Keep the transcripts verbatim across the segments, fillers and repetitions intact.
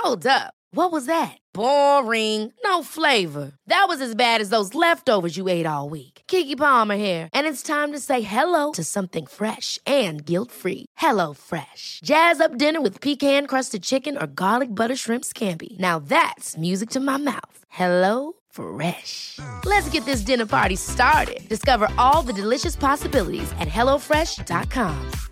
Hold up. What was that? Boring. No flavor. That was as bad as those leftovers you ate all week. Keke Palmer here, and it's time to say hello to something fresh and guilt-free. Hello Fresh. Jazz up dinner with pecan-crusted chicken or garlic butter shrimp scampi. Now that's music to my mouth. Hello Fresh. Let's get this dinner party started. Discover all the delicious possibilities at hello fresh dot com.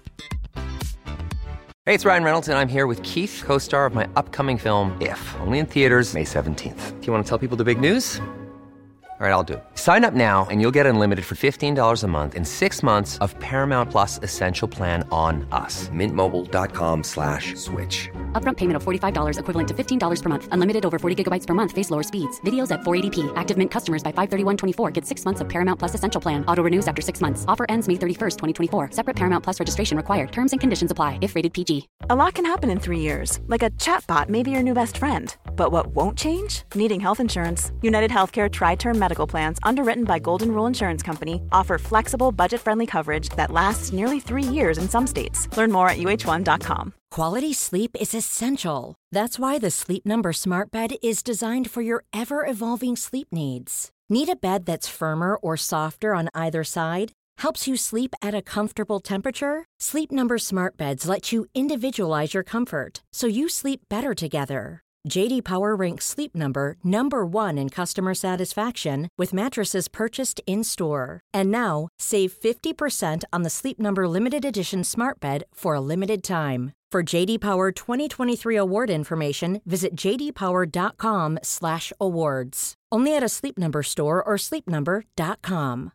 Hey, it's Ryan Reynolds, and I'm here with Keith, co-star of my upcoming film, If, only in theaters May seventeenth. Do you want to tell people the big news? All right, I'll do it. Sign up now and you'll get unlimited for fifteen dollars a month and six months of Paramount Plus Essential Plan on us. Mint Mobile dot com slash switch. Upfront payment of forty-five dollars equivalent to fifteen dollars per month. Unlimited over forty gigabytes per month. Face lower speeds. Videos at four eighty p. Active Mint customers by five thirty-one twenty-four get six months of Paramount Plus Essential Plan. Auto renews after six months. Offer ends May thirty-first, twenty twenty-four. Separate Paramount Plus registration required. Terms and conditions apply if rated P G. A lot can happen in three years. Like a chatbot may be your new best friend. But what won't change? Needing health insurance. United Healthcare Tri-Term Medical Plans, underwritten by Golden Rule Insurance Company, offer flexible, budget-friendly coverage that lasts nearly three years in some states. Learn more at U H one dot com. Quality sleep is essential. That's why the Sleep Number Smart Bed is designed for your ever-evolving sleep needs. Need a bed that's firmer or softer on either side? Helps you sleep at a comfortable temperature? Sleep Number Smart Beds let you individualize your comfort, so you sleep better together. J D Power ranks Sleep Number number one in customer satisfaction with mattresses purchased in-store. And now, save fifty percent on the Sleep Number Limited Edition Smart Bed for a limited time. For J D Power twenty twenty-three award information, visit j d power dot com slash awards. Only at a Sleep Number store or sleep number dot com.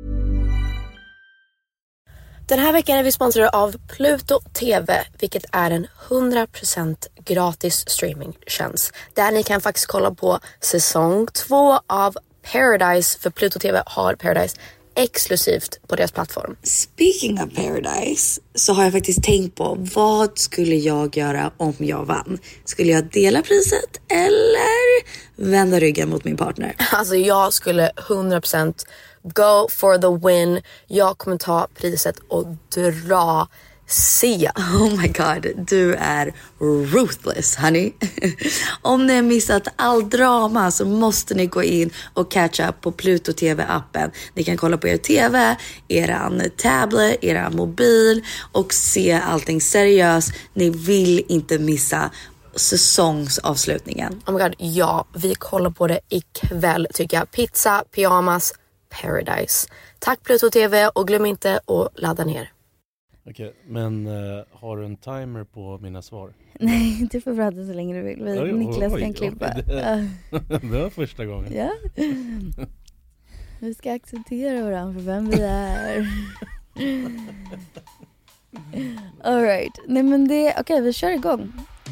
Den här veckan är vi sponsrade av Pluto T V, vilket är en hundra procent gratis streamingtjänst. Där ni kan faktiskt kolla på säsong två av Paradise, för Pluto T V har Paradise exklusivt på deras plattform. Speaking of Paradise så har jag faktiskt tänkt på vad skulle jag göra om jag vann? Skulle jag dela priset eller vända ryggen mot min partner? Alltså jag skulle hundra procent go for the win. Jag kommer ta priset och dra Sia. Oh my god, du är ruthless, honey. Om ni har missat all drama så måste ni gå in och catch up på Pluto T V-appen. Ni kan kolla på er T V, eran tablet, eran mobil och se allting seriöst. Ni vill inte missa säsongsavslutningen. Oh my god, ja, vi kollar på det ikväll tycker jag. Pizza, pyjamas, Paradise. Tack Pluto T V och glöm inte att ladda ner. Okej, okay, men uh, har du en timer på mina svar? Nej, du får prata så länge du vill. Vi, oj, Niklas oj, kan oj, klippa. Oj, det, det var första gången. Ja. Vi ska acceptera varandra för vem vi är. All right. Nej men det, okej, okay, vi kör igång.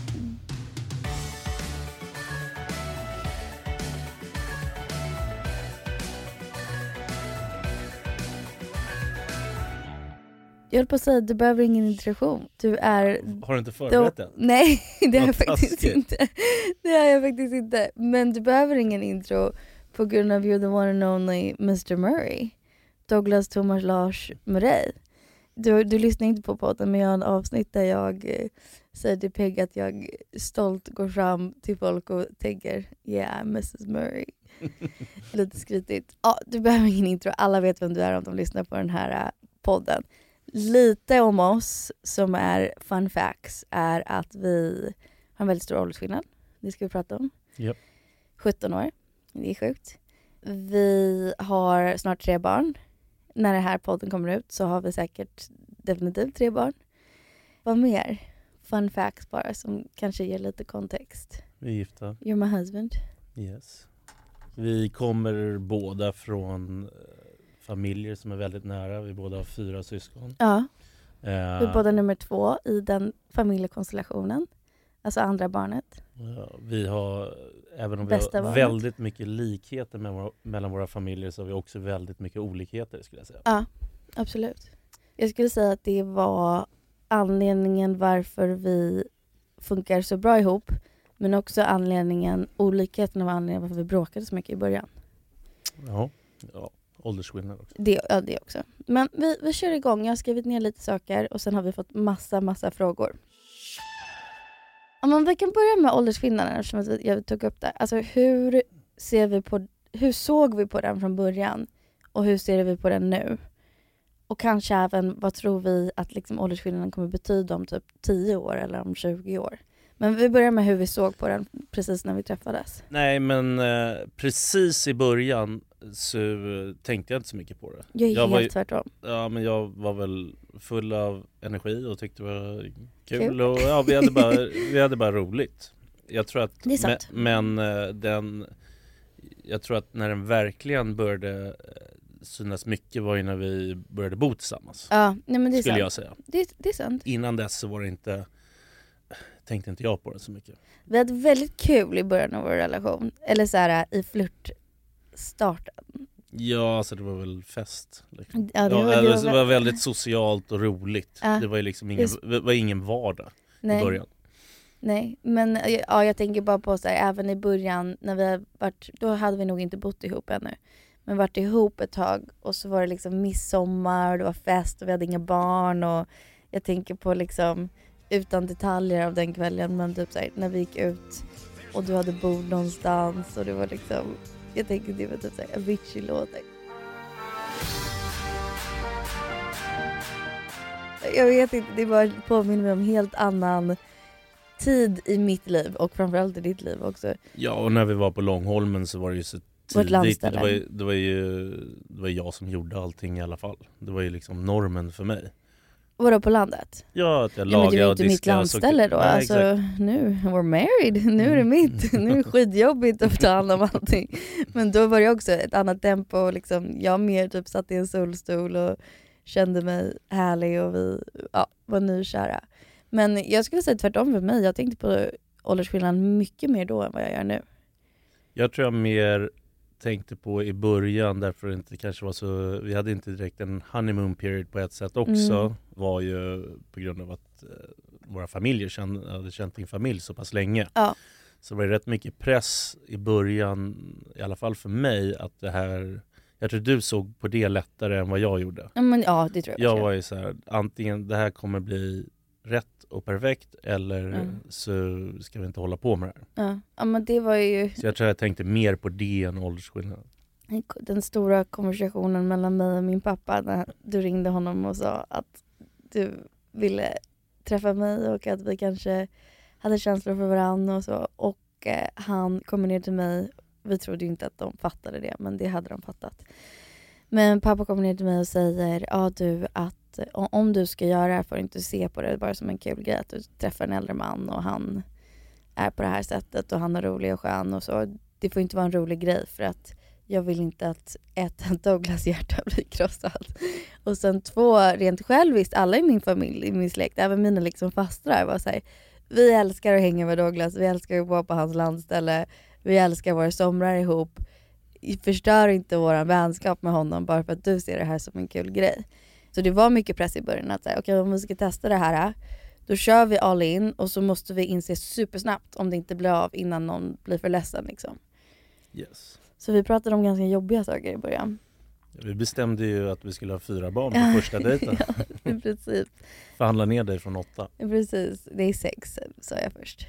Jag höll på att säga att du behöver ingen introduktion. Du är... Har du inte förberett den? Nej, det har jag faktiskt taskigt. inte. Det har jag faktiskt inte. Men du behöver ingen intro på grund av you're the one and only mister Murray. Douglas Thomas Lars Murray. Du, du lyssnar inte på podden, men jag har en avsnitt där jag eh, säger till Peg att jag stolt går fram till folk och tänker yeah, missus Murray. Lite skrytigt. Ja, du behöver ingen intro. Alla vet vem du är om de lyssnar på den här uh, podden. Lite om oss som är fun facts är att vi har en väldigt stor åldersskillnad. Det ska vi prata om. Yep. sjutton år. Det är sjukt. Vi har snart tre barn. När den här podden kommer ut så har vi säkert definitivt tre barn. Vad mer? Fun facts bara som kanske ger lite kontext. Vi är gifta. You're my husband. Yes. Vi kommer båda från familjer som är väldigt nära. Vi båda har fyra syskon. Ja. Uh, vi är båda nummer två i den familjekonstellationen. Alltså andra barnet. Ja, vi har, även om Bästa vi har barnet. väldigt mycket likheter med våra, mellan våra familjer, så har vi också väldigt mycket olikheter, skulle jag säga. Ja, absolut. Jag skulle säga att det var anledningen varför vi funkar så bra ihop. Men också anledningen, olikheten var anledningen varför vi bråkade så mycket i början. Ja, ja. Åldersskillnad också. Det, ja, det också. Men vi, vi kör igång. Jag har skrivit ner lite saker och sen har vi fått massa, massa frågor. Ja, men vi kan börja med åldersskillnaden eftersom jag tog upp det. Alltså hur ser vi på, hur såg vi på den från början och hur ser vi på den nu? Och kanske även vad tror vi att liksom åldersskillnaden kommer betyda om typ tio år eller om tjugo år. Men vi börjar med hur vi såg på den precis när vi träffades. Nej, men eh, precis i början så tänkte jag inte så mycket på det. Jag är jag helt var, tvärtom. Ja, men jag var väl full av energi och tyckte det var kul. kul. Och, ja, vi, hade bara, vi hade bara roligt. Jag tror att, det är sant. Men, men den, jag tror att när den verkligen började synas mycket var ju när vi började bo tillsammans. Ja, nej, men det är skulle sant. jag säga. Det, det är sant. Innan dess så var det inte, tänkte inte jag på det så mycket. Vi hade väldigt kul i början av vår relation. Eller så här i flirtstarten. Ja, alltså det var väl fest. Liksom. Ja, det, ja, var, det, det, var, det var väldigt socialt och roligt. Ja. Det var ju liksom ingen, det var ingen vardag nej. i början. Nej, men ja, jag tänker bara på så här, även i början när vi har varit, då hade vi nog inte bott ihop ännu. Men varit ihop ett tag och så var det liksom midsommar och det var fest och vi hade inga barn och jag tänker på liksom utan detaljer av den kvällen, men typ så här, när vi gick ut och du hade bord någonstans och det var liksom, jag tänker det var typ så här Avicii-låtar. Jag vet inte, det bara påminner mig om helt annan tid i mitt liv och framförallt i ditt liv också. Ja, och när vi var på Långholmen så var det ju så tidigt. Det var, ju, det var ju det var jag som gjorde allting i alla fall. Det var ju liksom normen för mig. Vadå, på landet? Ja, att jag ja, lagade och diskade. Men det är ju inte mitt landställe då. Nej, alltså, exakt. Nu, we're married. Nu är det mitt. Nu är det skitjobbigt att ta hand om allting. Men då var det också ett annat tempo. Liksom, jag mer typ satt i en solstol och kände mig härlig och vi ja, var nykära. Men jag skulle säga tvärtom för mig. Jag tänkte på åldersskillnaden mycket mer då än vad jag gör nu. Jag tror jag mer tänkte på i början därför det inte kanske var så, vi hade inte direkt en honeymoon period på ett sätt också, mm. var ju på grund av att eh, våra familjer känd, hade känt din familj så pass länge. Ja. Så var det rätt mycket press i början, i alla fall för mig, att det här, jag tror du såg på det lättare än vad jag gjorde. Ja, men, ja det tror jag. Jag var ju så här, antingen det här kommer bli rätt och perfekt eller mm. så ska vi inte hålla på med det här. Ja. Ja, men det var ju... Så jag tror jag tänkte mer på det än åldersskillnaden. Den stora konversationen mellan mig och min pappa när du ringde honom och sa att du ville träffa mig och att vi kanske hade känslor för varandra och så. Och eh, han kommer ner till mig. Vi trodde ju inte att de fattade det, men det hade de fattat. Men pappa kommer ner till mig och säger, ja du, att om du ska göra det här får du inte se på det bara som en kul grej. Att du träffar en äldre man och han är på det här sättet och han är rolig och skön och så. Det får inte vara en rolig grej för att jag vill inte att ett Douglas hjärta blir krossat. Och sen två, rent själviskt, alla i min familj, i min släkt, även mina liksom fastrar var så här, vi älskar att hänga med Douglas, vi älskar att vara på hans landställe, vi älskar våra somrar ihop. Förstör inte våran vänskap med honom bara för att du ser det här som en kul grej. Så det var mycket press i början att säga, okej, om vi ska testa det här, då kör vi all in och så måste vi inse supersnabbt om det inte blir av innan någon blir för ledsen liksom. Yes. Så vi pratade om ganska jobbiga saker i början. Vi bestämde ju att vi skulle ha fyra barn på första dejten. Ja, i princip. Förhandla ner dig från åtta. Ja, precis. Det är sex, sa jag först.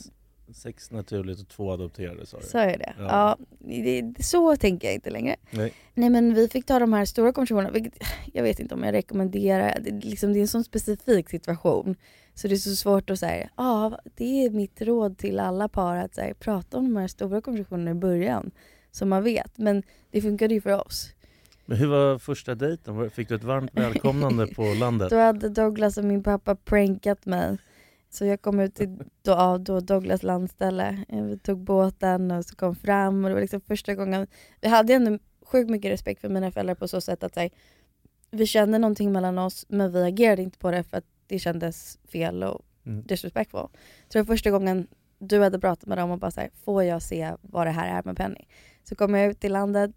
Sex naturligt och två adopterade, sa jag. Sa jag det? Ja. Ja det, så tänker jag inte längre. Nej. Nej, men vi fick ta de här stora konversationerna. Vilket, jag vet inte om jag rekommenderar. Det, liksom, det är en sån specifik situation. Så det är så svårt att säga, ja, det är mitt råd till alla par att här, prata om de här stora konversationerna i början. Som man vet. Men det funkade ju för oss. Men hur var första dejten? Fick du ett varmt välkomnande på landet? Då hade Douglas och min pappa prankat mig. Så jag kom ut till då, då Douglas landställe. Vi tog båten och så kom fram. Och det var liksom första gången. Vi hade ändå sjukt mycket respekt för mina föräldrar på så sätt att här, vi kände någonting mellan oss. Men vi agerade inte på det för att det kändes fel och mm. disrespectful. Så det var första gången du hade pratat med dem och bara så här, får jag se vad det här är med Penny? Så kom jag ut till landet.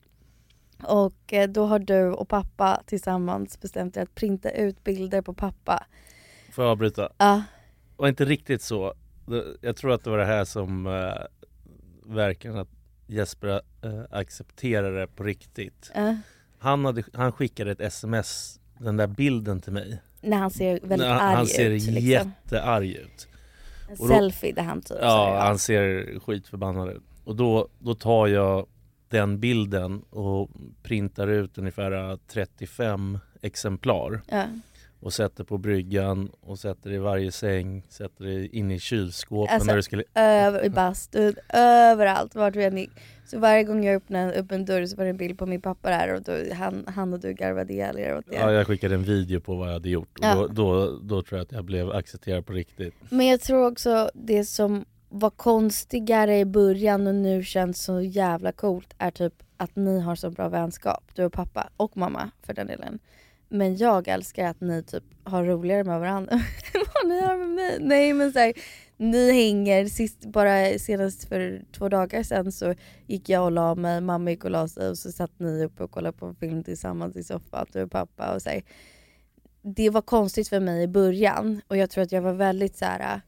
Och då har du och pappa tillsammans bestämt er att printa ut bilder på pappa. Får jag avbryta? Ja. Det var inte riktigt så. Jag tror att det var det här som äh, verkligen att Jesper äh, accepterade på riktigt. Uh. Han, hade, han skickade ett sms, den där bilden till mig. När han ser väldigt När arg han ser ut. jättearg liksom. ut. En Och då, selfie där han typ ja, säger, ja, han ser skitförbannad ut. Och då, då tar jag den bilden och printar ut ungefär trettiofem exemplar. Ja. Och sätter på bryggan och sätter i varje säng, sätter det in i kylskåpen. Alltså, när du skulle... över, i bastun, överallt, vart vi än gick. Så varje gång jag öppnade upp en dörr så var det en bild på min pappa där och då, han, han och du garvade ihjäl er åt det. Ja, jag skickade en video på vad jag hade gjort och ja. då, då, då tror jag att jag blev accepterad på riktigt. Men jag tror också det som var konstigare i början och nu känns så jävla coolt är typ att ni har så bra vänskap, du och pappa och mamma för den delen. Men jag älskar att ni typ har roligare med varandra än vad ni har med mig. Nej men så här, ni hänger sist, bara senast för två dagar sedan så gick jag och la mig, mamma gick och la sig och så satt ni uppe och kollade på en film tillsammans i soffan, du och pappa och så här. Det var konstigt för mig i början och jag tror att jag var väldigt så här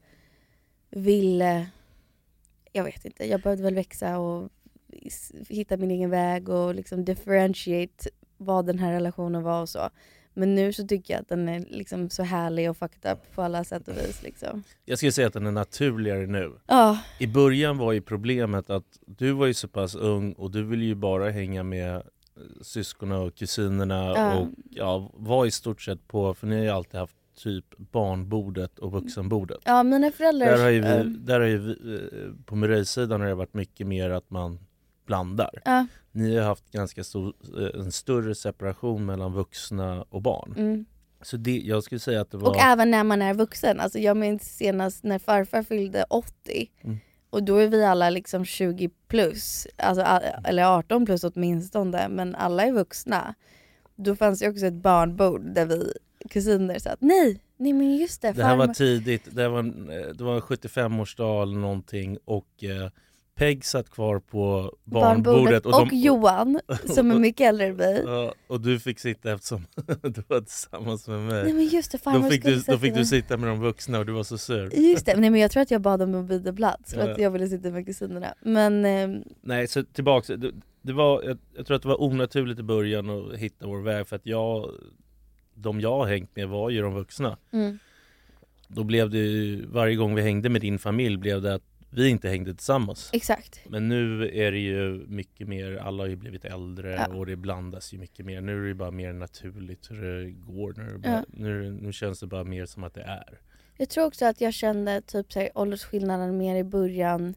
ville, jag vet inte, jag behövde väl växa och hitta min egen väg och liksom differentiate vad den här relationen var och så. Men nu så tycker jag att den är liksom så härlig och fucked up på alla sätt och vis. Liksom. Jag skulle säga att den är naturligare nu. Ja. I början var ju problemet att du var ju så pass ung och du ville ju bara hänga med syskonen och kusinerna Ja. och ja, var i stort sett på, för ni har ju alltid haft typ barnbordet och vuxenbordet. Ja, mina föräldrar... Där har ju vi, där har ju vi, på Mireille-sidan har det varit mycket mer att man blandar. Ja. Ni har haft ganska stor, en större separation mellan vuxna och barn. Mm. Så det, jag skulle säga att det var... Och även när man är vuxen. Alltså jag minns senast när farfar fyllde åttio. Mm. Och då är vi alla liksom tjugo plus. Alltså, eller arton plus åtminstone. Men alla är vuxna. Då fanns ju också ett barnbord där vi kusiner satt. Nej, nej men just det. Det här farmor... var tidigt. Det var, det var sjuttiofem-årsdag eller någonting. Och eh, Peg satt kvar på barnbordet. barnbordet. Och, Och, och de, Johan, som är mycket äldre än mig. Ja, och du fick sitta eftersom du var tillsammans med mig. Nej men just det, Då farmor fick, skulle du, då fick sätta du sitta med de vuxna och du var så sur. Just det, nej men jag tror att jag bad om att byta plats för Ja. att jag ville sitta med kusinerna. Men eh, Nej, så tillbaka. Det, det var, jag, jag tror att det var onaturligt i början att hitta vår väg. För att jag, de jag har hängt med var ju de vuxna. mm, Då blev det ju, varje gång vi hängde med din familj blev det att vi inte hängde tillsammans. exakt. Men nu är det ju mycket mer, alla har ju blivit äldre Ja. och det blandas ju mycket mer. Nu är det bara mer naturligt hur det går. Nu, är det bara, Ja. nu, nu känns det bara mer som att det är. Jag tror också att jag kände typ så här, åldersskillnaden mer i början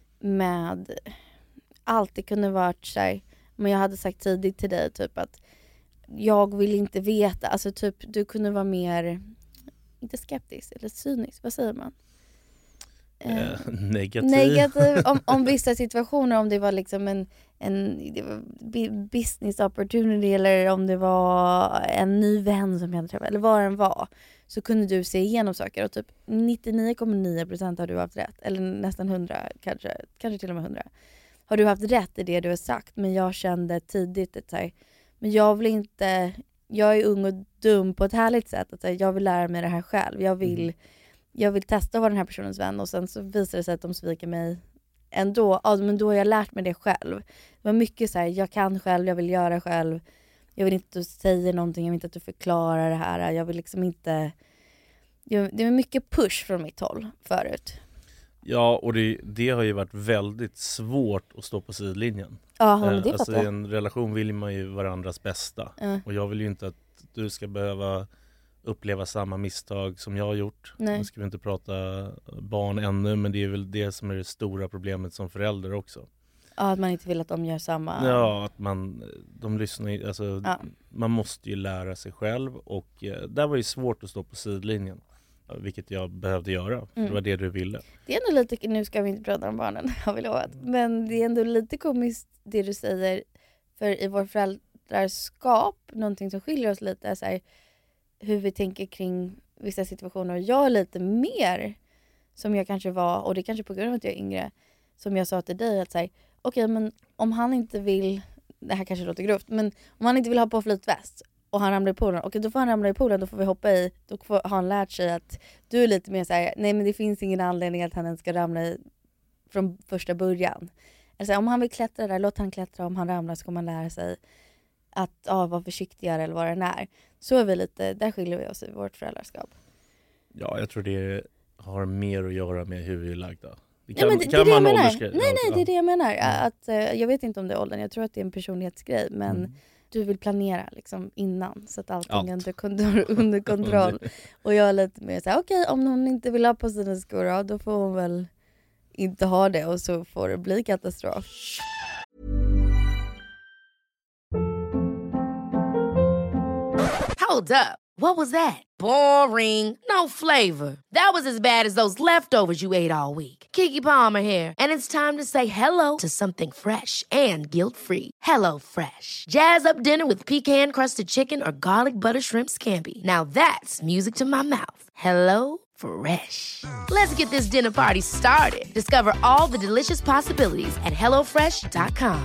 med alltid kunde varit så här, men jag hade sagt tidigt till dig typ att jag vill inte veta, alltså typ du kunde vara mer, inte skeptisk eller cynisk, vad säger man? Eh, negativ. Negativ om, om vissa situationer, om det var liksom en, en det var business opportunity eller om det var en ny vän som jag hade träffat eller vad den var, så kunde du se igenom saker och typ nittionio komma nio procent har du haft rätt, eller nästan hundra, kanske, kanske till och med hundra har du haft rätt i det du har sagt. Men jag kände tidigt att så här, men jag vill inte, jag är ung och dum på ett härligt sätt, att så här, jag vill lära mig det här själv, jag vill mm. jag vill testa att vara den här personens vän och sen så visar det sig att de sviker mig ändå. Ja, men då har jag lärt mig det själv. Det var mycket så här, jag kan själv, jag vill göra själv. Jag vill inte att du säger någonting, jag vill inte att du förklarar det här. Jag vill liksom inte... Jag, det är mycket push från mitt håll förut. Ja, och det, det har ju varit väldigt svårt att stå på sidlinjen. Ja, men det eh, alltså, fattar i jag. en relation vill man ju varandras bästa. Ja. Och jag vill ju inte att du ska behöva uppleva samma misstag som jag har gjort. Nej. Nu ska vi inte prata barn ännu, men det är väl det som är det stora problemet som förälder också. Ja, att man inte vill att de gör samma... Ja, att man, de lyssnar, alltså, Ja. man måste ju lära sig själv och eh, där var det svårt att stå på sidlinjen. Vilket jag behövde göra, för Mm. det var det du ville. Det är ändå lite, nu ska vi inte prata om barnen, har vi lovat. Men det är ändå lite komiskt det du säger. För i vår föräldraskap, någonting som skiljer oss lite är så här, hur vi tänker kring vissa situationer. Och jag är lite mer som jag kanske var, och det kanske på grund av att jag är yngre, som jag sa till dig att säga, okej, men om han inte vill, det här kanske låter grovt, men om han inte vill ha på flytväst och han ramlar i poolen, okej, då får han ramla i poolen, då får vi hoppa i, då får, har han lärt sig att du är lite mer så här, nej men det finns ingen anledning att han ens ska ramla i från första början. Alltså, om han vill klättra där, låt han klättra, om han ramlar så kommer man lära sig att ja, vara försiktigare eller vad den är. Så är vi lite, där skiljer vi oss i vårt föräldraskap. Ja, jag tror det har mer att göra med hur vi är lagda. Det kan, nej, men det, kan det man jag menar. ålderskri- Nej, nej, det är det jag menar. Mm. Att, uh, jag vet inte om det är åldern, jag tror att det är en personlighetsgrej. Men mm. du vill planera liksom, innan så att allting Allt. är under, kon- under kontroll. Och jag är lite mer såhär, okej okay, om hon inte vill ha på sina skor, då får hon väl inte ha det och så får det bli katastrof. Hold up. What was that? Boring. No flavor. That was as bad as those leftovers you ate all week. Keke Palmer here, and it's time to say hello to something fresh and guilt-free. Hello Fresh. Jazz up dinner with pecan-crusted chicken or garlic butter shrimp scampi. Now that's music to my mouth. Hello Fresh. Let's get this dinner party started. Discover all the delicious possibilities at hello fresh dot com.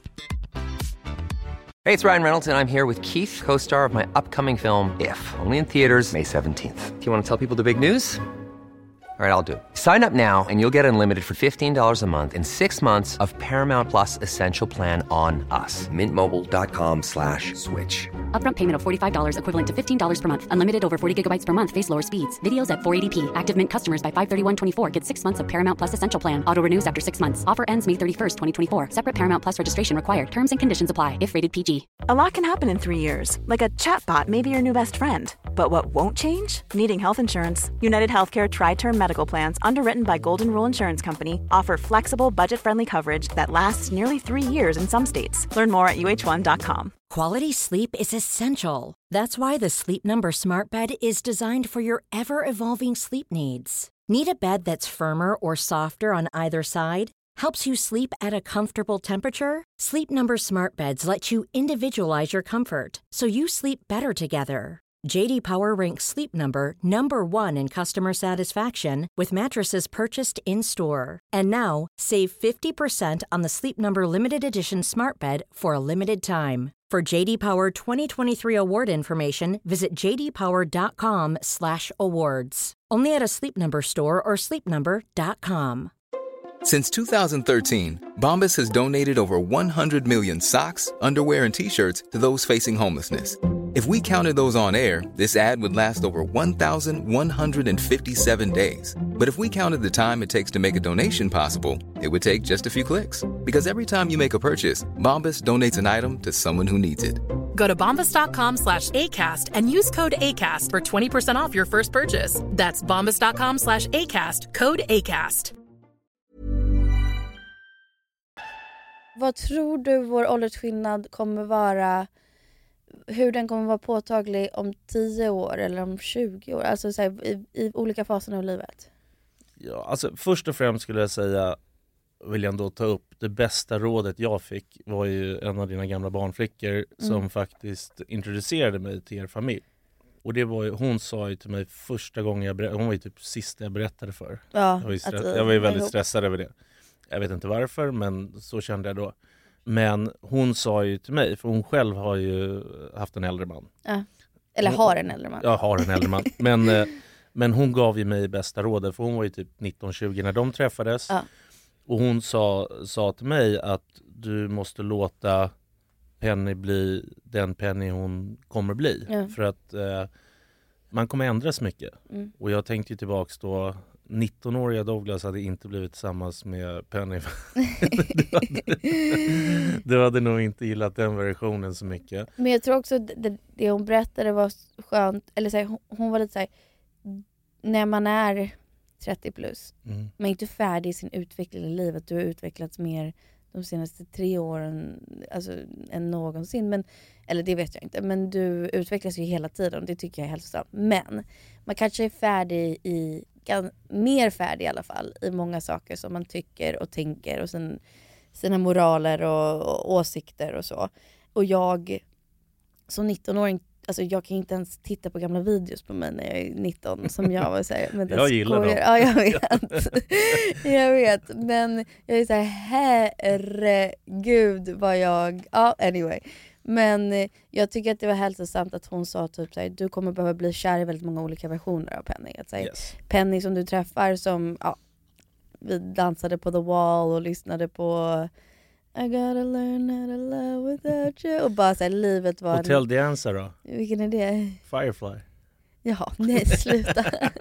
Hey, it's Ryan Reynolds, and I'm here with Keith, co-star of my upcoming film, If, only in theaters May seventeenth. Do you want to tell people the big news? All right, I'll do it. Sign up now and you'll get unlimited for fifteen dollars a month and six months of Paramount Plus Essential Plan on us. Mint Mobile dot com slash switch. Upfront payment of forty-five dollars equivalent to fifteen dollars per month. Unlimited over forty gigabytes per month. Face lower speeds. Videos at four eighty p. Active Mint customers by five thirty-one twenty-four get six months of Paramount Plus Essential Plan. Auto renews after six months. Offer ends May thirty-first, twenty twenty-four. Separate Paramount Plus registration required. Terms and conditions apply if rated P G. A lot can happen in three years. Like a chatbot may be your new best friend. But what won't change? Needing health insurance. United Healthcare Tri-Term Medical Plans, underwritten by Golden Rule Insurance Company, offer flexible, budget-friendly coverage that lasts nearly three years in some states. Learn more at U H one dot com. Quality sleep is essential. That's why the Sleep Number Smart Bed is designed for your ever-evolving sleep needs. Need a bed that's firmer or softer on either side? Helps you sleep at a comfortable temperature? Sleep Number Smart Beds let you individualize your comfort, so you sleep better together. J D Power ranks Sleep Number number one in customer satisfaction with mattresses purchased in-store. And now, save fifty percent on the Sleep Number Limited Edition Smart Bed for a limited time. For J D Power twenty twenty-three award information, visit j d power dot com slash awards. Only at a Sleep Number store or sleep number dot com. Since two thousand thirteen, Bombas has donated over one hundred million socks, underwear, and T-shirts to those facing homelessness. If we counted those on air, this ad would last over one thousand one hundred fifty-seven days. But if we counted the time it takes to make a donation possible, it would take just a few clicks. Because every time you make a purchase, Bombas donates an item to someone who needs it. Go to bombas dot com slash ACAST and use code ACAST for twenty percent off your first purchase. That's bombas dot com slash ACAST, code ACAST. Vad tror du vår åldersskillnad kommer vara, hur den kommer vara påtaglig om tio år eller om tjugo år? Alltså så här, i, i olika faser av livet. Ja, alltså först och främst skulle jag säga, vill jag ändå ta upp, det bästa rådet jag fick var ju en av dina gamla barnflickor mm. som faktiskt introducerade mig till er familj. Och det var ju, hon sa ju till mig första gången jag berättade, hon var ju typ sista jag berättade för. Ja, jag, var ju stress, att, jag var ju väldigt stressad över det. Jag vet inte varför, men så kände jag då. Men hon sa ju till mig, för hon själv har ju haft en äldre man. Ja. Eller har en äldre man. Ja, har en äldre man. Men, men hon gav ju mig bästa rådet, för hon var ju typ nitton tjugo när de träffades. Ja. Och hon sa, sa till mig att du måste låta Penny bli den Penny hon kommer bli. Ja. För att eh, man kommer ändras mycket. Mm. Och jag tänkte ju tillbaks då, nitton-åriga Douglas hade inte blivit tillsammans med Penny. du, hade, du hade nog inte gillat den versionen så mycket. Men jag tror också det, det hon berättade var skönt. Eller så här, hon, hon var lite så här, när man är trettio plus, mm. man är inte färdig i sin utveckling i livet. Du har utvecklats mer de senaste tre åren alltså, än någonsin. Men, eller det vet jag inte. Men du utvecklas ju hela tiden och det tycker jag är hälsosamt. Men man kanske är färdig i mer färdig i alla fall i många saker som man tycker och tänker och sen sina moraler och, och åsikter och så. Och jag som nitton-åring, alltså jag kan inte ens titta på gamla videos på mig när jag är nitton som jag var så här, men jag gillar dem. Ja, jag vet. jag vet, men jag är så här, herregud vad jag, ja, anyway. Men jag tycker att det var hälsosamt att hon sa typ så här, du kommer behöva bli kär i väldigt många olika versioner av Penny. Att säga, yes. Penny som du träffar som, ja, vi dansade på The Wall och lyssnade på I gotta learn how to love without you. Och bara så här, livet var Hotel en... Dancer då? Vilken är det? Firefly. Ja, nej sluta.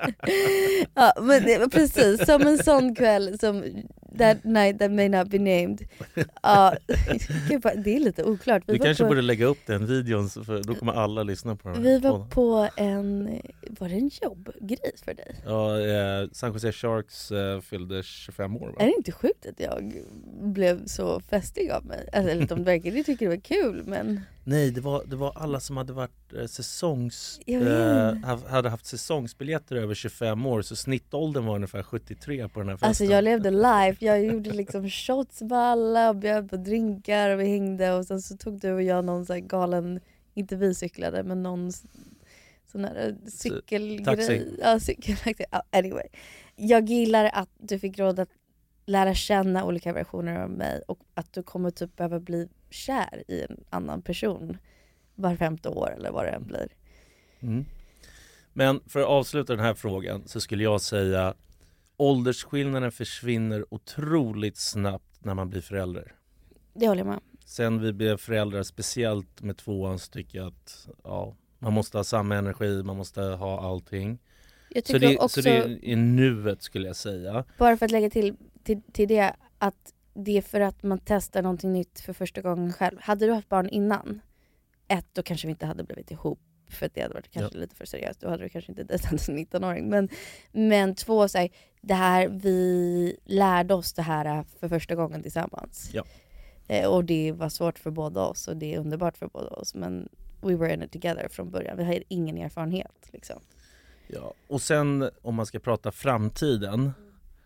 Ja, men det var precis som en sån kväll som That Night That May Not Be Named. Ja, det är lite oklart. Vi du kanske på, borde lägga upp den videon för då kommer alla lyssna på den. Vi var på en, var det en jobbgrej för dig? Ja, eh, San Jose Sharks eh, fyllde tjugofem år, va? Är det inte sjukt att jag blev så festig av mig? Alltså, eller de verkligen tycker det var kul, men... Nej, det var, det var alla som hade varit eh, säsongs eh, hade haft säsongsbiljetter över tjugofem år, så snittåldern var ungefär sjuttiotre på den här festen. Alltså jag levde live, jag gjorde liksom shots med alla och bjöd på drinkar och vi hängde och sen så tog du och jag någon så här galen, inte vi cyklade men någon sån här cykelgrej. Ja, cykeltaxi. Anyway. Jag gillar att du fick råd att lära känna olika versioner av mig och att du kommer typ behöva bli kär i en annan person var femte år eller vad det än blir. Mm. Men för att avsluta den här frågan så skulle jag säga åldersskillnaden försvinner otroligt snabbt när man blir förälder. Det håller jag med. Sen vi blev föräldrar, speciellt med tvåan, så tycker jag att ja, man måste ha samma energi, man måste ha allting. Jag så, det, också, så det är i nuet skulle jag säga. Bara för att lägga till, till, till det att det är för att man testar någonting nytt för första gången själv. Hade du haft barn innan, ett, då kanske vi inte hade blivit ihop. För att det hade varit kanske ja. lite för seriöst. Då hade du kanske inte dejtat en nittonåring. Men, men två, så här, det här, vi lärde oss det här för första gången tillsammans. Ja. Eh, och det var svårt för båda oss. Och det är underbart för båda oss. Men we were in it together från början. Vi hade ingen erfarenhet. Liksom. Ja. Och sen om man ska prata framtiden. Mm.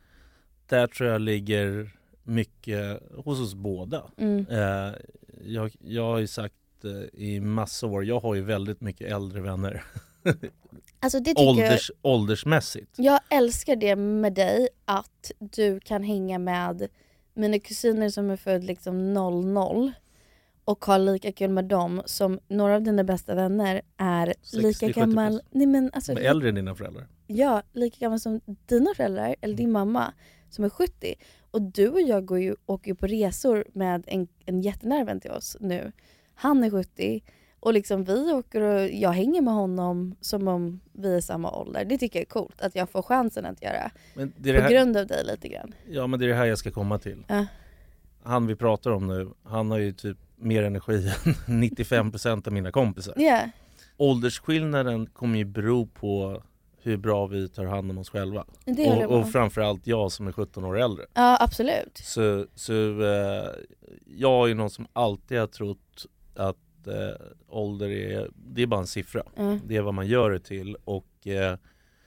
Där tror jag ligger mycket hos oss båda. Mm. Eh, jag, jag har ju sagt i massa år. Jag har ju väldigt mycket äldre vänner. Alltså det tycker Ålders, jag, åldersmässigt. Jag älskar det med dig, att du kan hänga med mina kusiner som är född liksom noll noll och ha lika kul med dem som några av dina bästa vänner är lika gammal. Nej, men alltså, men äldre än dina föräldrar. Ja, lika gammal som dina föräldrar eller din mamma som är sjuttio. Och du och jag går ju, åker ju på resor med en, en jättenära vän till oss nu. Han är sjuttio och liksom vi åker och jag hänger med honom som om vi är samma ålder. Det tycker jag är coolt att jag får chansen att göra. Men det är det här, på grund av dig lite grann. Ja, men det är det här jag ska komma till. Uh. Han vi pratar om nu, han har ju typ mer energi än nittiofem procent av mina kompisar. Yeah. Åldersskillnaden kommer ju bero på hur bra vi tar hand om oss själva. Det och, och framförallt jag som är sjutton år äldre. Ja, absolut. Så, så eh, jag är ju någon som alltid har trott att eh, ålder är, det är bara en siffra. Mm. Det är vad man gör det till. Och eh,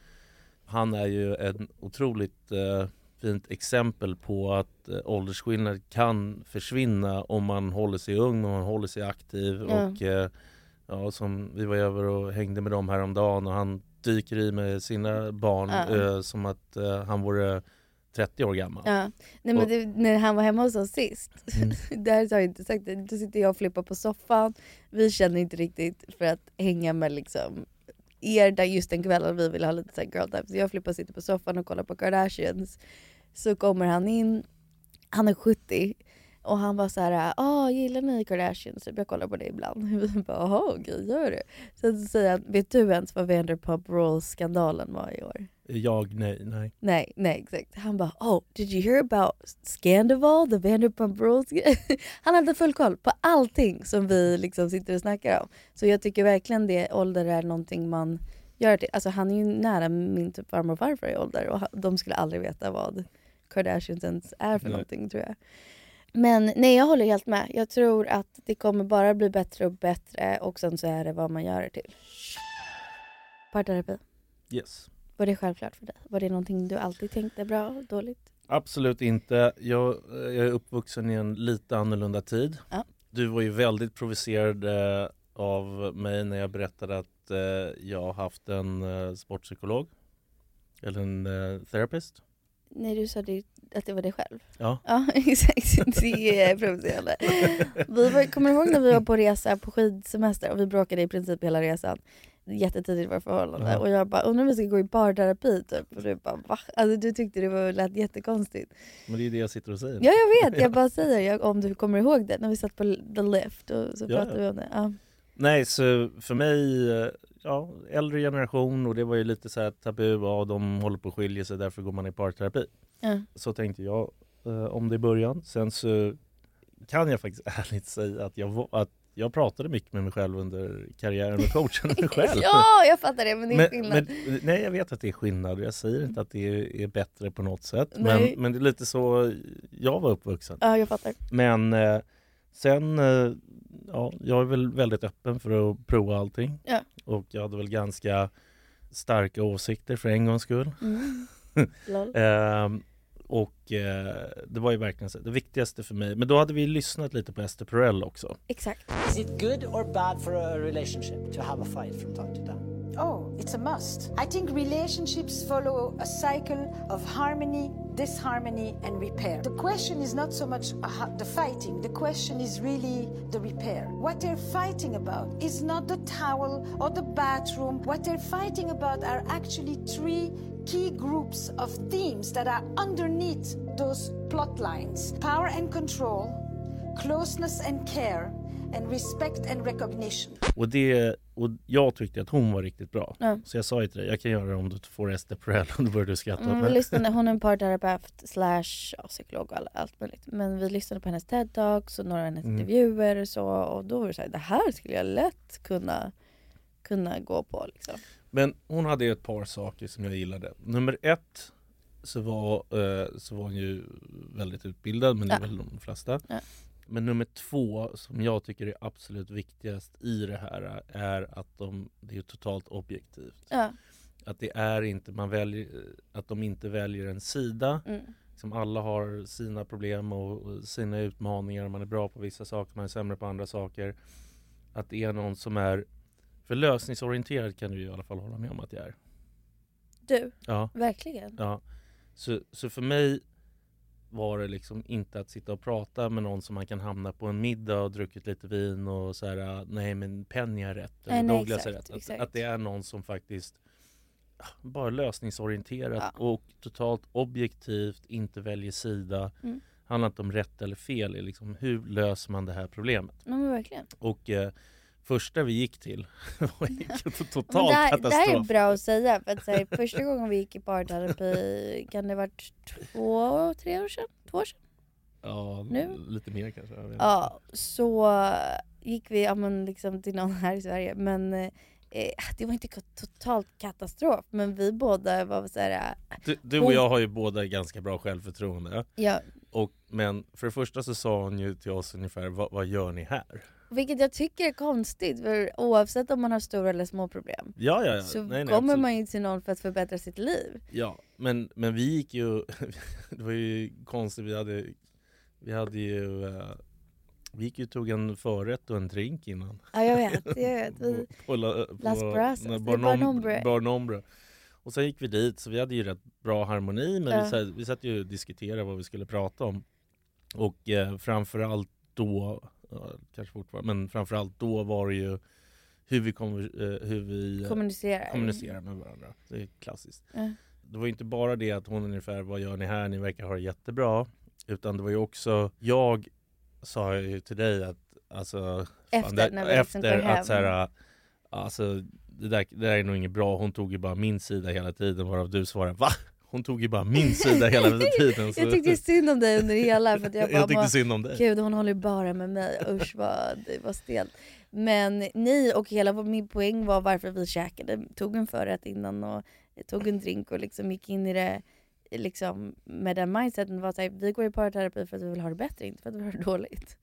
han är ju en otroligt eh, fint exempel på att eh, åldersskillnad kan försvinna om man håller sig ung, om man håller sig aktiv. Mm. Och eh, ja, som vi var över och hängde med dem häromdagen och han dyker i med sina barn mm. eh, som att eh, han vore trettio år gammal. Ja. Nej, men och, det, när han var hemma hos oss sist, mm. där har jag inte sagt det, då sitter jag och flippar på soffan. Vi känner inte riktigt för att hänga med liksom er där just den kvällen vi vill ha lite så här girl time. Så jag flippar och sitter på soffan och kollar på Kardashians. Så kommer han in, han är sjuttio. Och han var så här, ah, gillar ni Kardashians? Jag kollar på det ibland. Vi bara, jaha, okej, gör det. Sen så säger han, vet du ens vad Vanderpump Rules-skandalen var i år? Jag, nej, nej. Nej, nej, exakt. Han bara, oh, did you hear about Scandival, the Vanderpump Rules? Han hade full koll på allting som vi liksom sitter och snackar om. Så jag tycker verkligen det ålder är någonting man gör till. Alltså han är ju nära min typ farmor och farfar i ålder. Och de skulle aldrig veta vad Kardashians ens är för nej. någonting, tror jag. Men nej, jag håller helt med. Jag tror att det kommer bara bli bättre och bättre. Och sen så är det vad man gör det till. Parterapi. Yes. Var det självklart för dig? Var det någonting du alltid tänkte bra, dåligt? Absolut inte. Jag, jag är uppvuxen i en lite annorlunda tid. Ja. Du var ju väldigt provocerad eh, av mig när jag berättade att eh, jag har haft en eh, sportpsykolog. Eller en eh, therapist. Nej, du sa det, att det var dig själv. Ja. Ja, exakt. Det är provocerande. Vi var, kommer du ihåg när vi var på resa på skidsemester och vi bråkade i princip hela resan. Jättetidigt var förhållande. Ja. Och jag bara, undrar om vi ska gå i parterapi typ. Och du bara, va? Alltså du tyckte det var lät jättekonstigt. Men det är det jag sitter och säger. Ja, jag vet. Jag bara säger, jag, om du kommer ihåg det. När vi satt på the lift och så ja. pratade vi om det. Ja. Nej, så för mig, ja, äldre generation och det var ju lite så här tabu, ja, de håller på att skilja sig, därför går man i parterapi. Ja. Så tänkte jag eh, om det i början. Sen så kan jag faktiskt ärligt säga att jag, var, att jag pratade mycket med mig själv under karriären och coachade mig själv. Ja, jag fattar det, men det är men, skillnad. Men, nej, jag vet att det är skillnad. Jag säger inte att det är, är bättre på något sätt. Nej. Men, men det är lite så jag var uppvuxen. Ja, jag fattar. Men eh, sen, eh, ja, jag är väl väldigt öppen för att prova allting. Ja. Och jag hade väl ganska starka åsikter för en gångs skull. Mm. eh, och eh, det var ju verkligen så, det viktigaste för mig. Men då hade vi lyssnat lite på Esther Perel också. Exakt. Is it good or bad for a relationship to have a fight from time to time? Oh, it's a must. I think relationships follow a cycle of harmony, disharmony and repair. The question is not so much uh, the fighting. The question is really the repair. What they're fighting about is not the towel or the bathroom. What they're fighting about are actually three key groups of themes that are underneath those plot lines. Power and control, closeness and care, and respect and recognition. Och, det, och jag tyckte att hon var riktigt bra. Ja. Så jag sa ju till dig, jag kan göra det om du får Esther Perel, och då började du skratta. Mm, vi men... lyssnade, hon är en parterapeut slash ja, psykolog och all, allt möjligt. Men vi lyssnade på hennes TED-talks och några av hennes mm. intervjuer och så. Och då var det så här, det här skulle jag lätt kunna, kunna gå på liksom. Men hon hade ju ett par saker som jag gillade. Nummer ett så var, eh, så var hon ju väldigt utbildad, men det är ja. väl de flesta. Ja. Men nummer två som jag tycker är absolut viktigast i det här är att de, det är totalt objektivt. Ja. Att det är inte, man väljer, att de inte väljer en sida. Mm. Som alla har sina problem och sina utmaningar. Man är bra på vissa saker, man är sämre på andra saker. Att det är någon som är, för lösningsorienterad kan du i alla fall hålla med om att jag är. Du? Ja. Verkligen? Ja. Så, så för mig var det liksom inte att sitta och prata med någon som man kan hamna på en middag och druckit lite vin och så här, nej men Penny är rätt eller nej, Douglas exakt, är rätt. Att, exakt. att det är någon som faktiskt bara lösningsorienterat ja. och totalt objektivt inte väljer sida. Mm. Handlar inte om rätt eller fel, är liksom hur löser man det här problemet? Ja, men verkligen. Och eh, första vi gick till var totalt det, här, katastrof. det här är bra att säga. För att säga, första gången vi gick i parterapi, kan det ha varit två, tre år sedan? Två år sedan? Ja, nu? lite mer kanske. Jag vet. Ja, så gick vi ja, men liksom till någon här i Sverige. Men eh, det var inte totalt katastrof. Men vi båda var så här... Du, du och jag har ju båda ganska bra självförtroende. Ja. Och, men för det första så sa hon ju till oss ungefär, vad, vad gör ni här? Vilket jag tycker är konstigt, för oavsett om man har stora eller små problem ja, ja, ja. så nej, nej, kommer absolut. man ju till någon för att förbättra sitt liv. Ja, men, men vi gick ju, det var ju konstigt, vi hade, vi hade ju, uh, vi gick ju tog en förrätt och en drink innan. Ja, jag vet, jag vet. Vi, på, på, la, på, Las Brasas, nej, Bar Nombre. Bar Nombre. Och sen gick vi dit, så vi hade ju rätt bra harmoni, men ja. vi, så, vi satt ju och diskuterade vad vi skulle prata om. Och eh, framförallt då, ja, kanske fortfarande, men framförallt då var det ju hur vi, kom, eh, hur vi kommunicerar. kommunicerar med varandra. Det är klassiskt. Ja. Det var inte bara det att hon ungefär, vad gör ni här, ni verkar ha det jättebra. Utan det var ju också, jag sa ju till dig att alltså, efter, fan, det, när vi efter liksom att så här, alltså det där, det där är nog inget bra, hon tog ju bara min sida hela tiden, varav du svarade, va? Hon tog ju bara min sida hela tiden. Så. Jag tyckte synd om dig under hela. För att jag, bara, jag tyckte synd om dig. Gud, hon håller bara med mig. Usch, vad, det var stelt. Men ni och hela min poäng var varför vi käkade. Tog en förrätt innan och tog en drink och liksom gick in i det liksom, med den mindseten. Var så här, vi går i parterapi för att vi vill ha det bättre, inte för att vi har det dåligt.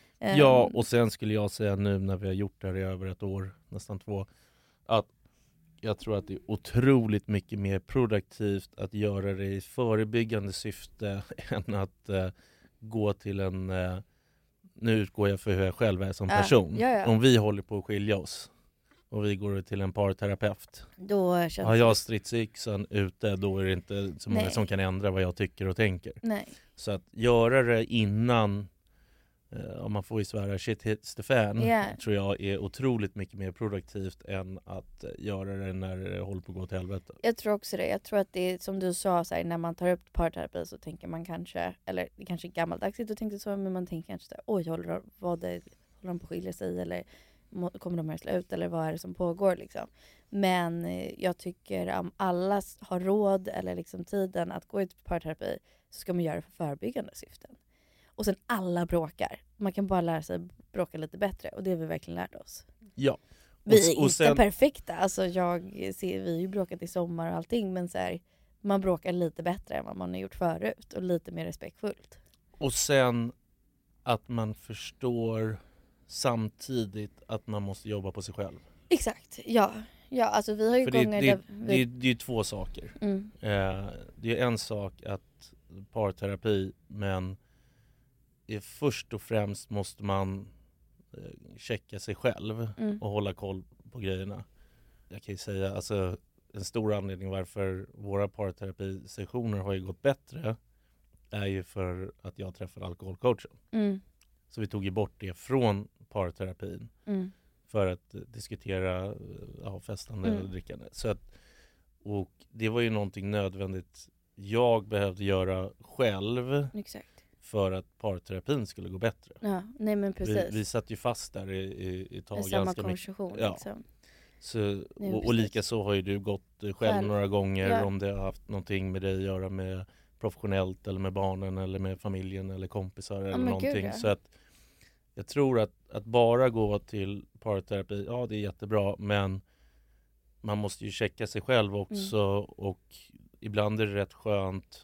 Ja, um, och sen skulle jag säga nu när vi har gjort det här i över ett år, nästan två, att jag tror att det är otroligt mycket mer produktivt att göra det i förebyggande syfte än att uh, gå till en... Uh, nu utgår jag för hur jag själv är som person. Ja, ja, ja. Om vi håller på att skilja oss och vi går till en parterapeut. Då känns har jag stridsyxan ute, då är det inte så många Nej. som kan ändra vad jag tycker och tänker. Nej. Så att göra det innan... Uh, om man får ju svära shit hits the fan, yeah. tror jag är otroligt mycket mer produktivt än att uh, göra det när det håller på att gå till helvete. Jag tror också det. Jag tror att det är som du sa, så här, när man tar upp parterapi så tänker man kanske, eller kanske gammaldags och tänkte så, men man tänker kanske så här, oj, håller, vad det, håller de på att skilja sig eller kommer de här slut eller vad är det som pågår liksom. Men eh, jag tycker om alla har råd eller liksom tiden att gå ut på parterapi så ska man göra det för förebyggande syften. Och sen alla bråkar. Man kan bara lära sig bråka lite bättre och det har vi verkligen lärt oss. Ja. Och, vi är och inte sen... perfekta. Alltså jag ser, vi har ju bråkat i sommar och allting men så här, man bråkar lite bättre än vad man har gjort förut och lite mer respektfullt. Och sen att man förstår samtidigt att man måste jobba på sig själv. Exakt, ja. Ja, alltså vi har ju För det, gånger det, där det, vi... det, det är ju två saker. Mm. Eh, det är en sak att parterapi, men är först och främst måste man eh, checka sig själv Mm. och hålla koll på grejerna. Jag kan ju säga, alltså en stor anledning varför våra parterapisessioner har ju gått bättre är ju för att jag träffade alkoholcoachen. Mm. Så vi tog ju bort det från parterapin Mm. för att diskutera ja, festande Mm. och drickande. Så att, och det var ju någonting nödvändigt jag behövde göra själv. Exakt. För att parterapin skulle gå bättre. Ja, nej men precis. Vi, vi satt ju fast där i, i, i tag I samma ganska konversation mycket. Ja. liksom. Så, Nej, och, och precis. lika så har ju du gått själv, Själv. några gånger Ja. om det har haft någonting med dig att göra med professionellt eller med barnen eller med familjen eller kompisar eller men någonting. gud, ja. Så att jag tror att, att bara gå till parterapi, ja det är jättebra, men man måste ju checka sig själv också Mm. och ibland är det rätt skönt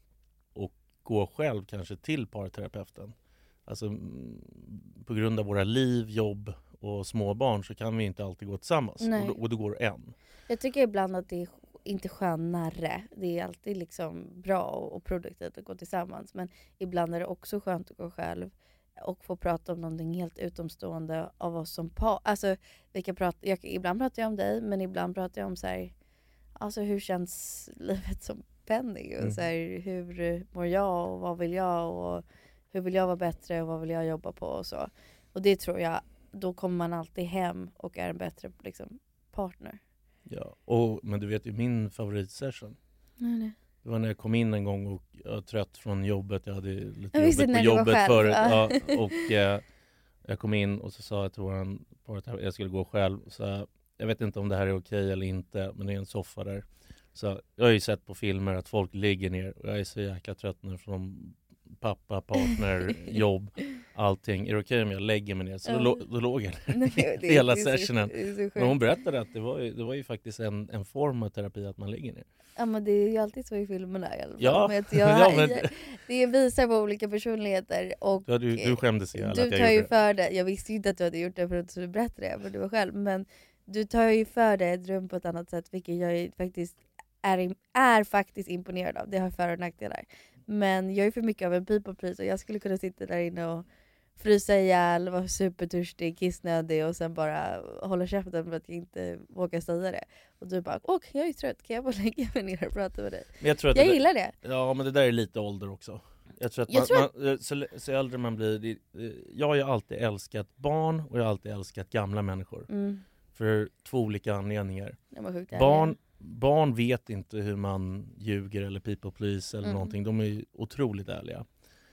att gå själv kanske till parterapeuten. Alltså mm, på grund av våra liv, jobb och småbarn så kan vi inte alltid gå tillsammans. Nej. Och då, och då går en. Jag tycker ibland att det är inte skönare. Det är alltid liksom bra och produktivt att gå tillsammans. Men ibland är det också skönt att gå själv och få prata om någonting helt utomstående av oss som par. Alltså, vi kan prata, jag, ibland pratar jag om dig, men ibland pratar jag om så här, alltså hur känns livet som Penny? Och Mm. så här, hur mår jag och vad vill jag? Och hur vill jag vara bättre och vad vill jag jobba på och så. Och det tror jag, då kommer man alltid hem och är en bättre liksom, partner. Ja. Och, men du vet ju min favoritsession. Nej, nej. Det var när jag kom in en gång och jag var trött från jobbet. Jag hade lite Jag visste jobbet när på du var jobbet själv. förut. Ja. Ja, och eh, jag kom in och så sa jag till våran parterapeut, jag skulle gå själv. Så jag vet inte om det här är okej eller inte, men det är en soffa där. Så jag har ju sett på filmer att folk ligger ner och jag är så jäkla trött nu från pappa, partner, jobb, allting. Är det okej om jag lägger mig ner? Så då, lå- då låg jag där Nej, det är- hela det är så- sessionen. det är så sjukt. Men hon berättade att det var ju, det var ju faktiskt en, en form av terapi att man ligger ner. Ja, men det är ju alltid så i filmerna i alla fall. Ja, Men att jag, ja, men- jag, det visar på olika personligheter. Och Ja, du, du skämdes ihjäl du att jag tar ju gjorde det. för det. Jag visste ju inte att du hade gjort det för att du berättade det, men du var själv. Men du tar ju för det ett rum på ett annat sätt, vilket jag ju faktiskt är, är faktiskt imponerad av. Det har för- och nackdelar. Men jag är för mycket av en people pleaser. Jag skulle kunna sitta där inne och frysa ihjäl, vara supertörstig, kissnödig och sen bara hålla käften för att jag inte vågar säga det. Och du bara, åh, jag är trött, kan jag bara lägga mig ner och prata med dig? Men jag tror att Jag det, gillar det. Ja, men det där är lite ålder också. Jag tror att, Jag man, tror att- man, så, så äldre man blir... Det, jag har ju alltid älskat barn och jag har alltid älskat gamla människor. Mm. För två olika anledningar. Det var sjukt Barn, ärligt. barn vet inte hur man ljuger eller people please eller Mm. någonting. De är ju otroligt ärliga.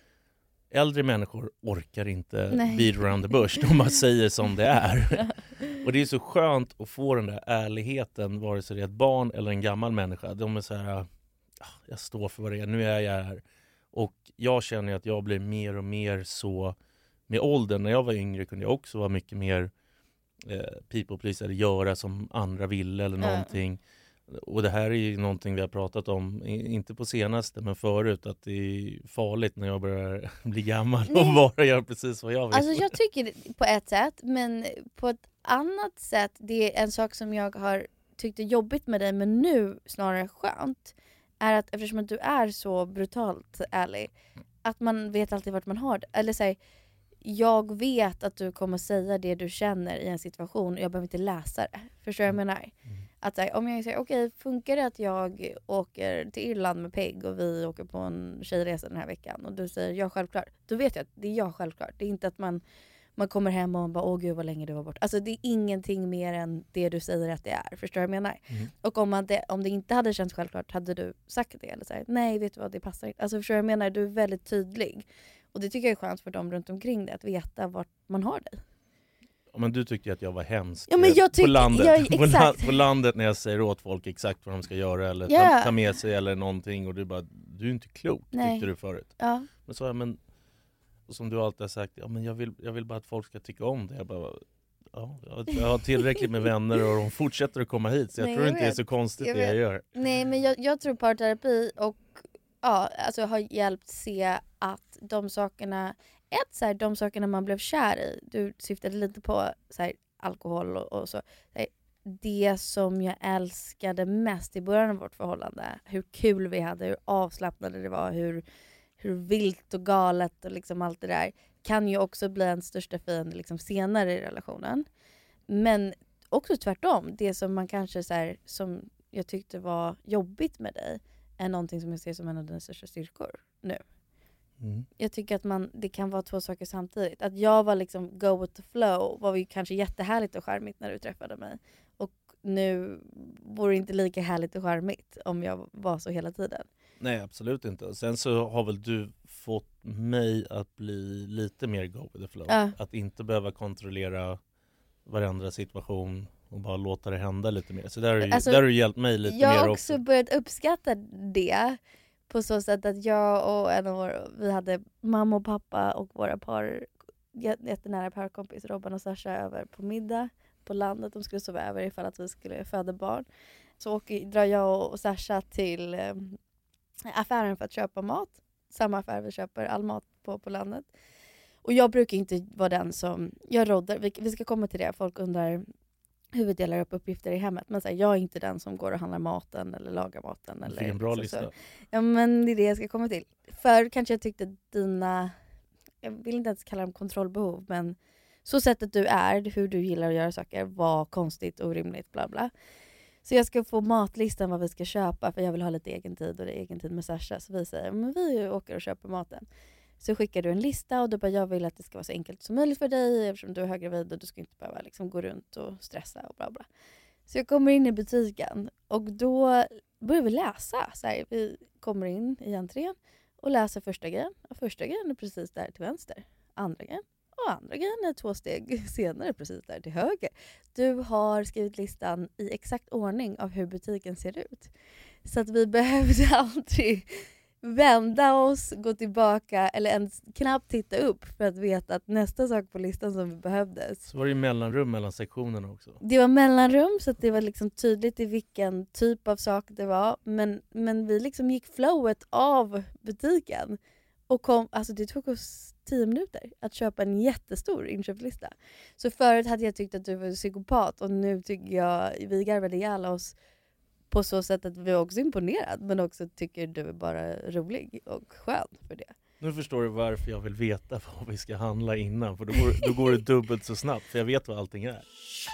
Äldre människor orkar inte Nej. beat around the bush. De bara säger som det är. Och det är så skönt att få den där ärligheten, vare sig det är ett barn eller en gammal människa. De är så här, "Ah, jag står för vad det är, nu är jag här." Och jag känner att jag blir mer och mer så med åldern. När jag var yngre kunde jag också vara mycket mer eh, people please eller göra som andra ville eller Ja. någonting. Och det här är ju någonting vi har pratat om, i- inte på senaste men förut, att det är farligt när jag börjar bli gammal och Nej. bara göra precis vad jag vill. Alltså jag tycker det på ett sätt, men på ett annat sätt, det är en sak som jag har tyckt är jobbigt med dig, men nu snarare skönt, är att eftersom att du är så brutalt ärlig, att man vet alltid vart man har det. Eller så här, jag vet att du kommer säga det du känner i en situation och jag behöver inte läsa det. Förstår du vad jag menar? Att så här, om jag säger, okej, funkar det att jag åker till Irland med Peg och vi åker på en tjejresa den här veckan och du säger ja, självklart. Då vet jag att det är jag självklart. Det är inte att man, man kommer hem och man bara, åh gud vad länge du var bort. Alltså det är ingenting mer än det du säger att det är. Förstår du vad jag menar? Mm. Och om, man det, om det inte hade känts självklart, hade du sagt det? Eller så här, nej, vet du vad, det passar inte. Alltså förstår du vad jag menar? Du är väldigt tydlig. Och det tycker jag är skönt för dem runt omkring dig, att veta vart man har dig. Men du tyckte att jag var hemsk ja, men jag tyck, på, landet. Jag, på, la, på landet när jag säger åt folk exakt vad de ska göra eller yeah. ta, ta med sig eller någonting och du bara, du är inte klok, Nej. tyckte du förut. Ja. Men så, men och som du alltid har sagt, ja, men jag, vill, jag vill bara att folk ska tycka om det. Jag bara, ja, jag har tillräckligt med vänner och de fortsätter att komma hit så jag Nej, tror jag inte vet. det är så konstigt jag det jag gör. Nej, men jag, jag tror parterapi och ja, alltså har hjälpt se att de sakerna, ett så här, de sakerna man blev kär i, du syftade lite på så här, alkohol och, och så, så här, det som jag älskade mest i början av vårt förhållande, hur kul vi hade, hur avslappnade det var, hur, hur vilt och galet och liksom allt det där, kan ju också bli en största fiende liksom senare i relationen. Men också tvärtom, det som man kanske så här, som jag tyckte var jobbigt med dig är någonting som jag ser som en av dina största styrkor nu. Mm. Jag tycker att man, det kan vara två saker samtidigt. Att jag var liksom go with the flow var ju kanske jättehärligt och charmigt när du träffade mig. Och nu vore det inte lika härligt och charmigt om jag var så hela tiden. Nej, absolut inte. Sen så har väl du fått mig att bli lite mer go with the flow. Ja. Att inte behöva kontrollera varandras situation och bara låta det hända lite mer. Så där har, ju, alltså, där har du hjälpt mig lite mer också. Jag har också börjat uppskatta det på så sätt att jag och en av våra, vi hade mamma och pappa och våra par, jättenära parkompis Robban och Sasha över på middag på landet. De skulle sova över ifall att vi skulle föda barn. Så åker, drar jag och Sasha till eh, affären för att köpa mat. Samma affär vi köper all mat på på landet. Och jag brukar inte vara den som, jag råddar, vi, vi ska komma till det, folk undrar hur vi delar upp uppgifter i hemmet. Men så här, jag är inte den som går och handlar maten eller lagar maten. Eller, det är en bra så, lista. Så. Ja, men det är det jag ska komma till. För kanske jag tyckte dina, jag vill inte ens kalla dem kontrollbehov, men så sättet du är, hur du gillar att göra saker, var konstigt, orimligt, bla bla. Så jag ska få matlistan vad vi ska köpa, för jag vill ha lite egen tid och det är egen tid med Sasha. Så vi säger, men vi åker och köper maten. Så skickar du en lista och du bara, jag vill att det ska vara så enkelt som möjligt för dig eftersom du är höggravid och du ska inte behöva liksom gå runt och stressa och bla bla. Så jag kommer in i butiken och då börjar vi läsa. Så här, vi kommer in i entrén och läser första grejen. Och första grejen är precis där till vänster. Andra grejen. Och andra grejen är två steg senare precis där till höger. Du har skrivit listan i exakt ordning av hur butiken ser ut. Så att vi behövde aldrig vända oss, gå tillbaka eller ens knappt titta upp för att veta att nästa sak på listan som vi behövde. Så var det ju mellanrum mellan sektionerna också. Det var mellanrum så att det var liksom tydligt i vilken typ av sak det var. Men, men vi liksom gick flowet av butiken. Och kom, alltså det tog oss tio minuter att köpa en jättestor inköpslista. Så förut hade jag tyckt att du var psykopat och nu tycker jag, vi garvade ihjäl oss på så sätt att vi är också imponerad men också tycker du är bara rolig och skön för det. Nu förstår du varför jag vill veta vad vi ska handla innan, för då går, då går det dubbelt så snabbt för jag vet vad allting är.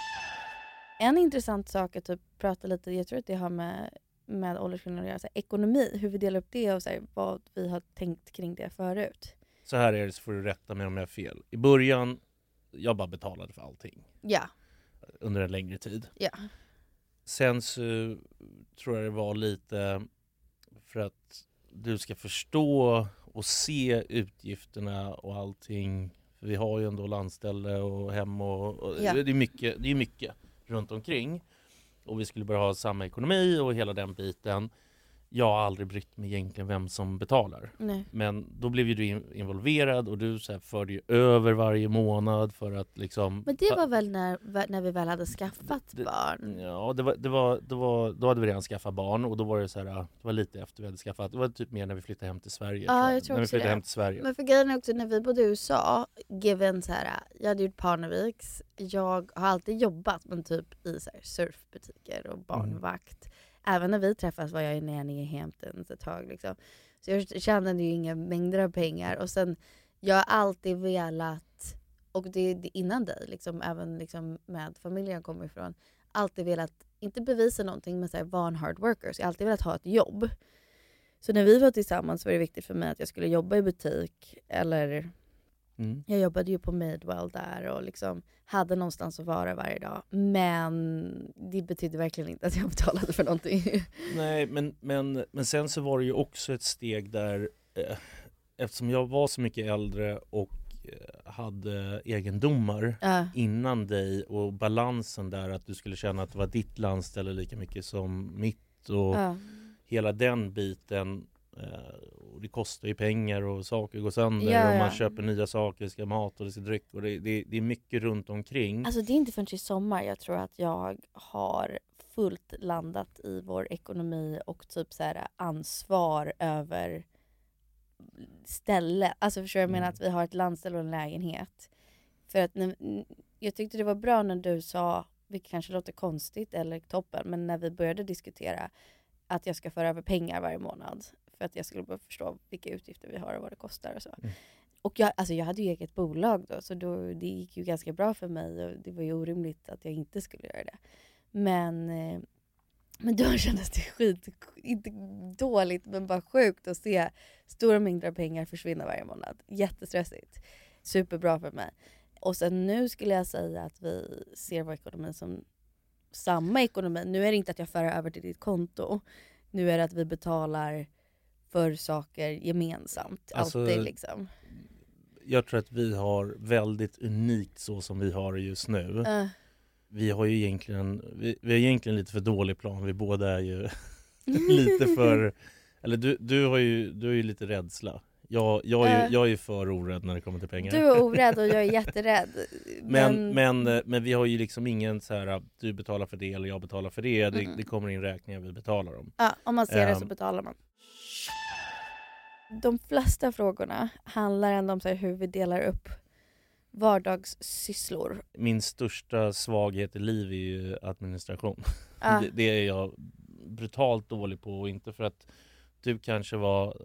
En intressant sak att typ prata lite, jag tror att det har med, med åldersskillnader att göra, så här, ekonomi, hur vi delar upp det och så här, vad vi har tänkt kring det förut. Så här är det, så får du rätta mig om jag har fel. I början, jag bara betalade för allting. Ja. Under en längre tid. Ja. Sen så tror jag det var lite för att du ska förstå och se utgifterna och allting. För vi har ju ändå landställe och hem och, och ja. det är mycket, det är mycket runt omkring. Och vi skulle bara ha samma ekonomi och hela den biten. Jag har aldrig brytt mig egentligen vem som betalar. Nej. Men då blev ju du involverad och du så här förde ju över varje månad för att liksom... Men det var väl när, när vi väl hade skaffat det, barn? Ja, det var, det var, det var, då hade vi redan skaffat barn och då var det så här, det var lite efter vi hade skaffat. Det var typ mer när vi flyttade hem till Sverige. Ja, tror jag. jag tror när vi också flyttade det. hem till Sverige. Men för grejen är också när vi bodde i U S A, given så här, jag hade gjort Parneviks, jag har alltid jobbat men typ i så här, surfbutiker och barnvakt. Mm. Även när vi träffas var jag inne i Hamptons ett tag. Liksom. Så jag kände ju inga mängder av pengar. Och sen, jag har alltid velat, och det, det innan dig, liksom, även liksom med familjen jag kommer ifrån, alltid velat, inte bevisa någonting, men så vara en hard worker. Så jag har alltid velat ha ett jobb. Så när vi var tillsammans var det viktigt för mig att jag skulle jobba i butik. Eller mm. jag jobbade ju på Madewell där och liksom hade någonstans att vara varje dag. Men det betydde verkligen inte att jag betalade för någonting. Nej, men, men, men sen så var det ju också ett steg där, eh, eftersom jag var så mycket äldre och hade egendomar uh. innan dig och balansen där att du skulle känna att det var ditt landställe lika mycket som mitt och uh. hela den biten. Och det kostar ju pengar och saker går sönder ja, och man ja. köper nya saker, det ska mat och det ska dryck och det, det, det är mycket runt omkring. Alltså det är inte förrän i sommar jag tror att jag har fullt landat i vår ekonomi och typ så här ansvar över ställe. Alltså förstår jag menar att vi har ett landställe och en lägenhet. För att när, jag tyckte det var bra när du sa, vilket kanske låter konstigt eller toppen, men när vi började diskutera att jag ska föra över pengar varje månad. För att jag skulle bara förstå vilka utgifter vi har och vad det kostar och så. Mm. Och jag, alltså jag hade ju eget bolag då. Så då, det gick ju ganska bra för mig. Och det var ju orimligt att jag inte skulle göra det. Men, men då kändes det skit. Inte dåligt men bara sjukt att se stora mängder pengar försvinna varje månad. Jättestressigt. Superbra för mig. Och sen nu skulle jag säga att vi ser vår ekonomi som samma ekonomi. Nu är det inte att jag för över till ditt konto. Nu är det att vi betalar för saker gemensamt. Alltså, alltid liksom. Jag tror att vi har väldigt unikt så som vi har det just nu. Uh. Vi har ju egentligen, vi, vi har egentligen lite för dålig plan. Vi båda är ju lite för, eller du, du har ju, du har ju lite rädsla. Jag, jag, är ju, uh. jag är ju för orädd när det kommer till pengar. Du är orädd och jag är jätterädd. men, men, men, men vi har ju liksom ingen så här, du betalar för det eller jag betalar för det. Det, mm. det kommer in räkningar vi betalar om. Ja, om man ser um, det så betalar man. De flesta frågorna handlar ändå om så här, hur vi delar upp vardagssysslor. Min största svaghet i liv är ju administration. Ah. Det, det är jag brutalt dålig på. Och inte för att du kanske var...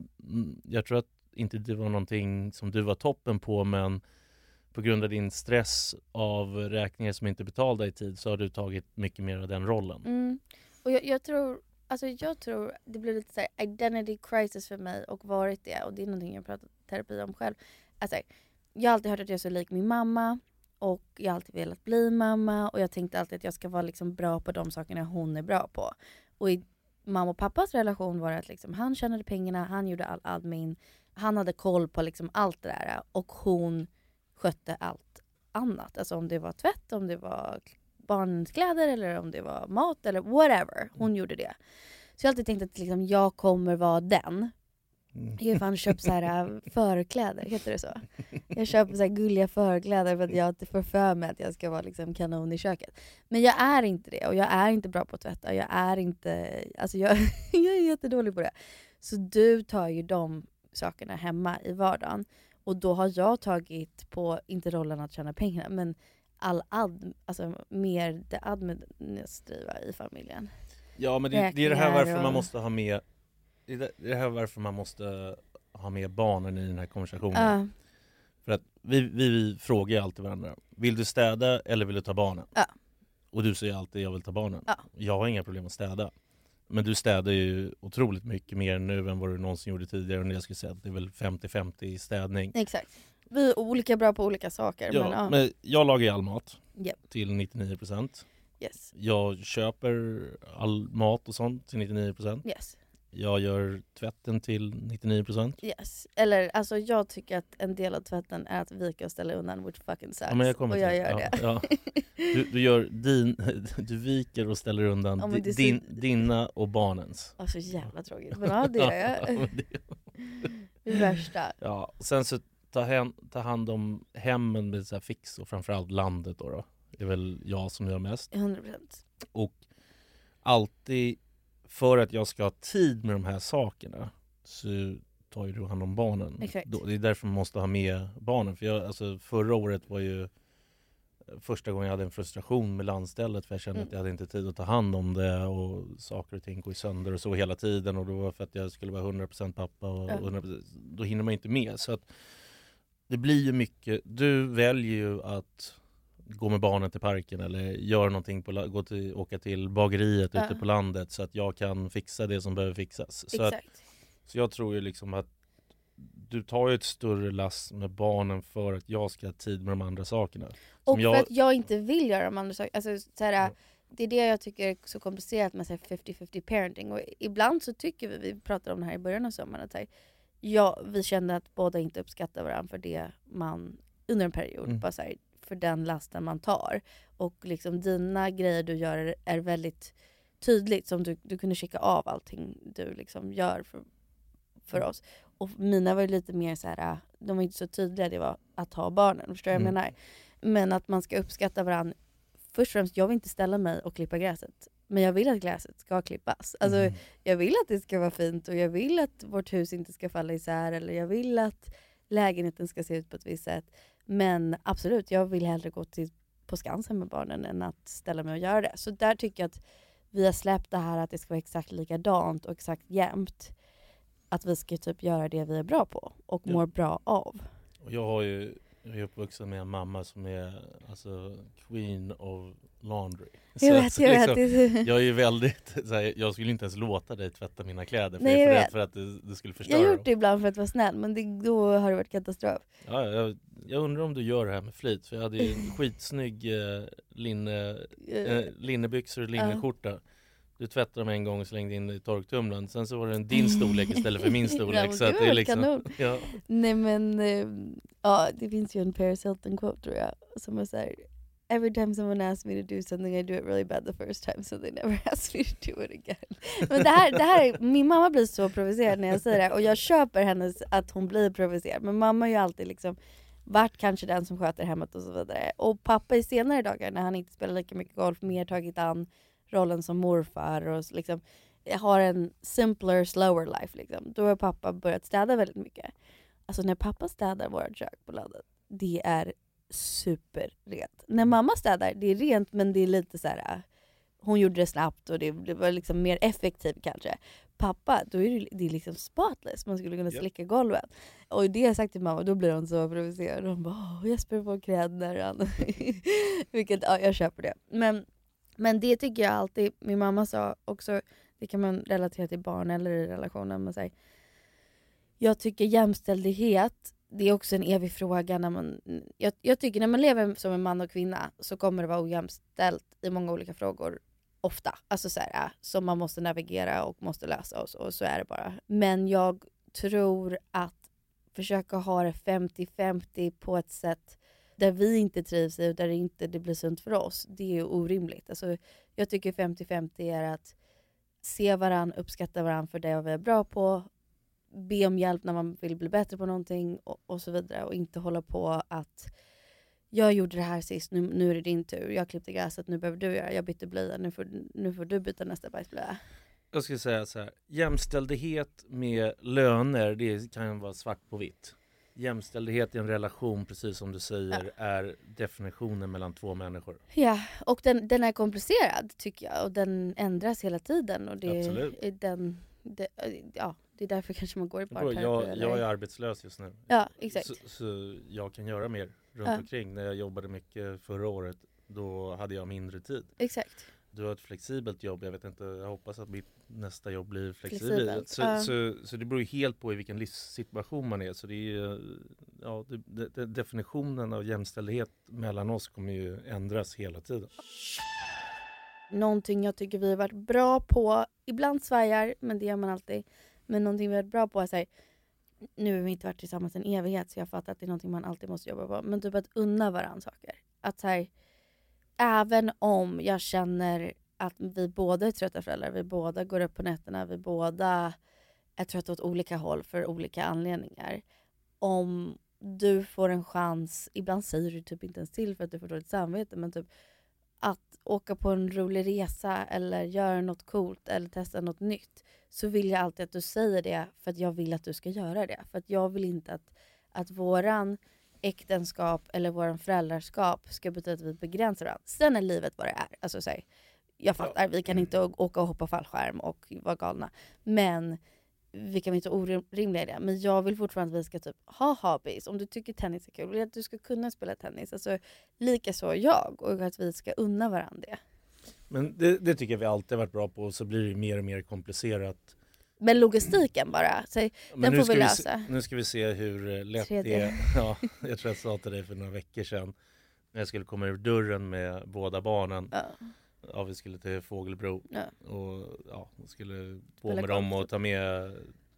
Jag tror att inte det var någonting som du var toppen på, men på grund av din stress av räkningar som inte betalda i tid så har du tagit mycket mer av den rollen. Mm. Och jag, jag tror... Alltså jag tror det blev lite så här identity crisis för mig och varit det. Och det är någonting jag pratat terapi om själv. Alltså, jag har alltid hört att jag är så lik min mamma. Och jag har alltid velat bli mamma. Och jag tänkte alltid att jag ska vara liksom bra på de sakerna hon är bra på. Och i mamma och pappas relation var det att liksom, han tjänade pengarna. Han gjorde all admin. Han hade koll på liksom allt det där. Och hon skötte allt annat. Alltså om det var tvätt, om det var... barnens kläder eller om det var mat eller whatever. Hon mm. gjorde det. Så jag har alltid tänkt att liksom, jag kommer vara den. Mm. Jag har fan köpt så här förkläder, heter det så? Jag köper så här gulliga förkläder för att jag inte får för mig att jag ska vara liksom kanon i köket. Men jag är inte det och jag är inte bra på att tvätta. Jag är inte, alltså jag, jag är jättedålig på det. Så du tar ju de sakerna hemma i vardagen. Och då har jag tagit på, inte rollen att tjäna pengar, men all ad, alltså mer det administrativa i familjen. Ja, men det, det är det här varför och... man måste ha med det är det här varför man måste ha med barnen i den här konversationen. Uh. För att vi, vi, vi frågar alltid varandra. Vill du städa eller vill du ta barnen? Uh. Och du säger alltid jag vill ta barnen. Uh. Jag har inga problem att städa. Men du städar ju otroligt mycket mer nu än vad du någonsin gjorde tidigare. Och jag skulle säga att det är väl femtio femtio i städning. Exakt. Vi är olika bra på olika saker. Ja, men, ja. men jag lagar ju all mat yep. till nittionio procent. Yes. Jag köper all mat och sånt till nittionio procent. Yes. Jag gör tvätten till nittionio procent. Yes. Eller alltså jag tycker att en del av tvätten är att vika och ställa undan, which fucking sucks. Ja, men jag kommer och jag till. gör ja, det. Ja. Du, du gör din, du viker och ställer undan ja, din, din, dina och barnens. Alltså jävla tråkigt. Men ja, det gör jag. Ja, det, det värsta. Ja, sen så ta, hem, ta hand om hemmen med så här fix och framförallt landet då, då. Det är väl jag som gör mest. hundra procent. Och alltid för att jag ska ha tid med de här sakerna så tar ju du hand om barnen. Exakt. Då, det är därför man måste ha med barnen. För jag, alltså, förra året var ju första gången jag hade en frustration med landstället för jag kände mm. att jag hade inte tid att ta hand om det och saker och ting går sönder och så hela tiden och det var för att jag skulle vara hundra procent pappa och mm. hundra procent, då hinner man inte med. Så att det blir ju mycket, du väljer ju att gå med barnen till parken eller gör någonting på, gå till, åka till bageriet ja. ute på landet så att jag kan fixa det som behöver fixas. Så, att, så jag tror ju liksom att du tar ju ett större lass med barnen för att jag ska ha tid med de andra sakerna. Och för jag... att jag inte vill göra de andra sakerna. Alltså, så här, mm. det är det jag tycker är så komplicerat med femtio femtio parenting. Och ibland så tycker vi, vi pratade om det här i början av sommaren, att här, ja, vi kände att båda inte uppskattar varandra för det man under en period, Mm. bara så här, för den lasten man tar. Och liksom dina grejer du gör är, är väldigt tydligt, som du, du kunde checka av allting du liksom gör för, för Mm. oss. Och mina var ju lite mer så här, de var inte så tydliga, det var att ha barnen, förstår du vad jag Mm. menar? Men att man ska uppskatta varandra. Först och främst, jag vill inte ställa mig och klippa gräset. Men jag vill att gräset ska klippas. Alltså, Mm. jag vill att det ska vara fint och jag vill att vårt hus inte ska falla isär. Eller jag vill att lägenheten ska se ut på ett visst sätt. Men absolut, jag vill hellre gå till, på Skansen med barnen än att ställa mig och göra det. Så där tycker jag att vi har släppt det här att det ska vara exakt likadant och exakt jämnt. Att vi ska typ göra det vi är bra på och Ja. mår bra av. Och jag har ju jag är uppvuxen med en mamma som är alltså queen of laundry. Så, Jag vet, så jag liksom, vet. jag är ju väldigt så här, jag skulle inte ens låta dig tvätta mina kläder för Nej, jag är jag för rädd vet. för att det, det skulle förstöra Jag har gjort dem. det ibland för att vara snäll, men det, då har det varit katastrof. Ja, jag, jag undrar om du gör det här med flit, för jag hade ju en skitsnygg eh, linne, eh, linnebyxor och linneskjorta. Du tvättade dem en gång och slängde in i torktumlaren. Sen så var det en din storlek istället för min storlek. Ja, så det att var det är väl liksom, kanon. ja. Nej men, eh, ja det finns ju en Paris Hilton quote tror jag. Som är såhär, every time someone asks me to do something I do it really bad the first time so they never ask me to do it again. Men det här, det här är, min mamma blir så provocerad när jag säger det här. Och jag köper hennes att hon blir provocerad. Men mamma är ju alltid liksom vart kanske den som sköter hemmet och så vidare. Och pappa i senare dagar när han inte spelar lika mycket golf, mer tagit an rollen som morfar och liksom har en simpler, slower life liksom. Då har pappa börjat städa väldigt mycket. Alltså när pappa städar vårt kök på landet, det är superrent. När mamma städar, det är rent men det är lite så här. Hon gjorde det snabbt och det, det var liksom mer effektivt kanske. Pappa, då är det, det är liksom spotless. Man skulle kunna slicka golvet. Och det har jag sagt till mamma, då blir hon så provocerad. Hon bara, åh Jesper får cred när han... Vilket, ja jag köper det. Men Men det tycker jag alltid, min mamma sa också, det kan man relatera till barn eller i relationer. Man säger, jag tycker jämställdhet, det är också en evig fråga. När man, jag, jag tycker när man lever som en man och kvinna så kommer det vara ojämställt i många olika frågor. Ofta. Alltså så här, som man måste navigera och måste lösa och så, och så är det bara. Men jag tror att försöka ha det femtio femtio på ett sätt där vi inte trivs i och där det inte det blir sunt för oss, det är ju orimligt. Alltså, jag tycker femtio femtio är att se varann, uppskatta varann för det vi är bra på, be om hjälp när man vill bli bättre på någonting och, och så vidare. Och inte hålla på att jag gjorde det här sist, nu, nu är det din tur. Jag klippte gräset, nu behöver du göra. Jag bytte blöja, nu får, nu får du byta nästa bajsblöja. Jag skulle säga så här, jämställdhet med löner, det kan vara svart på vitt. Jämställdhet i en relation, precis som du säger, ja. är definitionen mellan två människor. Ja, och den, den är komplicerad tycker jag. Och den ändras hela tiden. Och det, Absolut. Är den, det, ja, det är därför kanske man går i parterapi. Jag, jag är arbetslös just nu. Ja, exakt. Så, så jag kan göra mer runt ja. omkring. När jag jobbade mycket förra året, då hade jag mindre tid. Exakt. Du har ett flexibelt jobb, jag vet inte, jag hoppas att mitt nästa jobb blir flexibelt. flexibelt. Så, ja. så, så det beror ju helt på i vilken livssituation man är. Så det är ja, det, det, definitionen av jämställdhet mellan oss kommer ju ändras hela tiden. Någonting jag tycker vi har varit bra på, ibland svajar, men det gör man alltid. Men någonting vi har varit bra på är så här, nu har vi inte varit tillsammans en evighet så jag fattar att det är någonting man alltid måste jobba på. Men typ att unna varandra saker. Att så här, även om jag känner att vi båda är trötta föräldrar, vi båda går upp på nätterna, vi båda är trötta åt olika håll för olika anledningar. Om du får en chans, ibland säger du typ inte ens till för att du får dåligt samvete, men typ att åka på en rolig resa eller göra något coolt eller testa något nytt, så vill jag alltid att du säger det för att jag vill att du ska göra det. För att jag vill inte att, att våran äktenskap eller våran föräldraskap ska betyda att vi begränsar varandra. Sen är livet vad det är. Alltså så här, jag fattar, vi kan inte åka och hoppa fallskärm och vara galna. Men vi kan inte vara orimliga i det. Men jag vill fortfarande att vi ska typ ha hobbies. Om du tycker tennis är kul, vill jag att du ska kunna spela tennis. Alltså lika så jag. Och att vi ska unna varandra det. Men det, det tycker jag vi alltid varit bra på. Och så blir det mer och mer komplicerat. Men logistiken bara, så men den får vi lösa. Vi se, nu ska vi se hur lätt Tredje. det är. Ja, jag tror jag sa till dig för några veckor sedan. När jag skulle komma ur dörren med båda barnen. Ja. Ja, vi skulle till Fågelbro. Ja. Och ja, skulle på med dem och ta med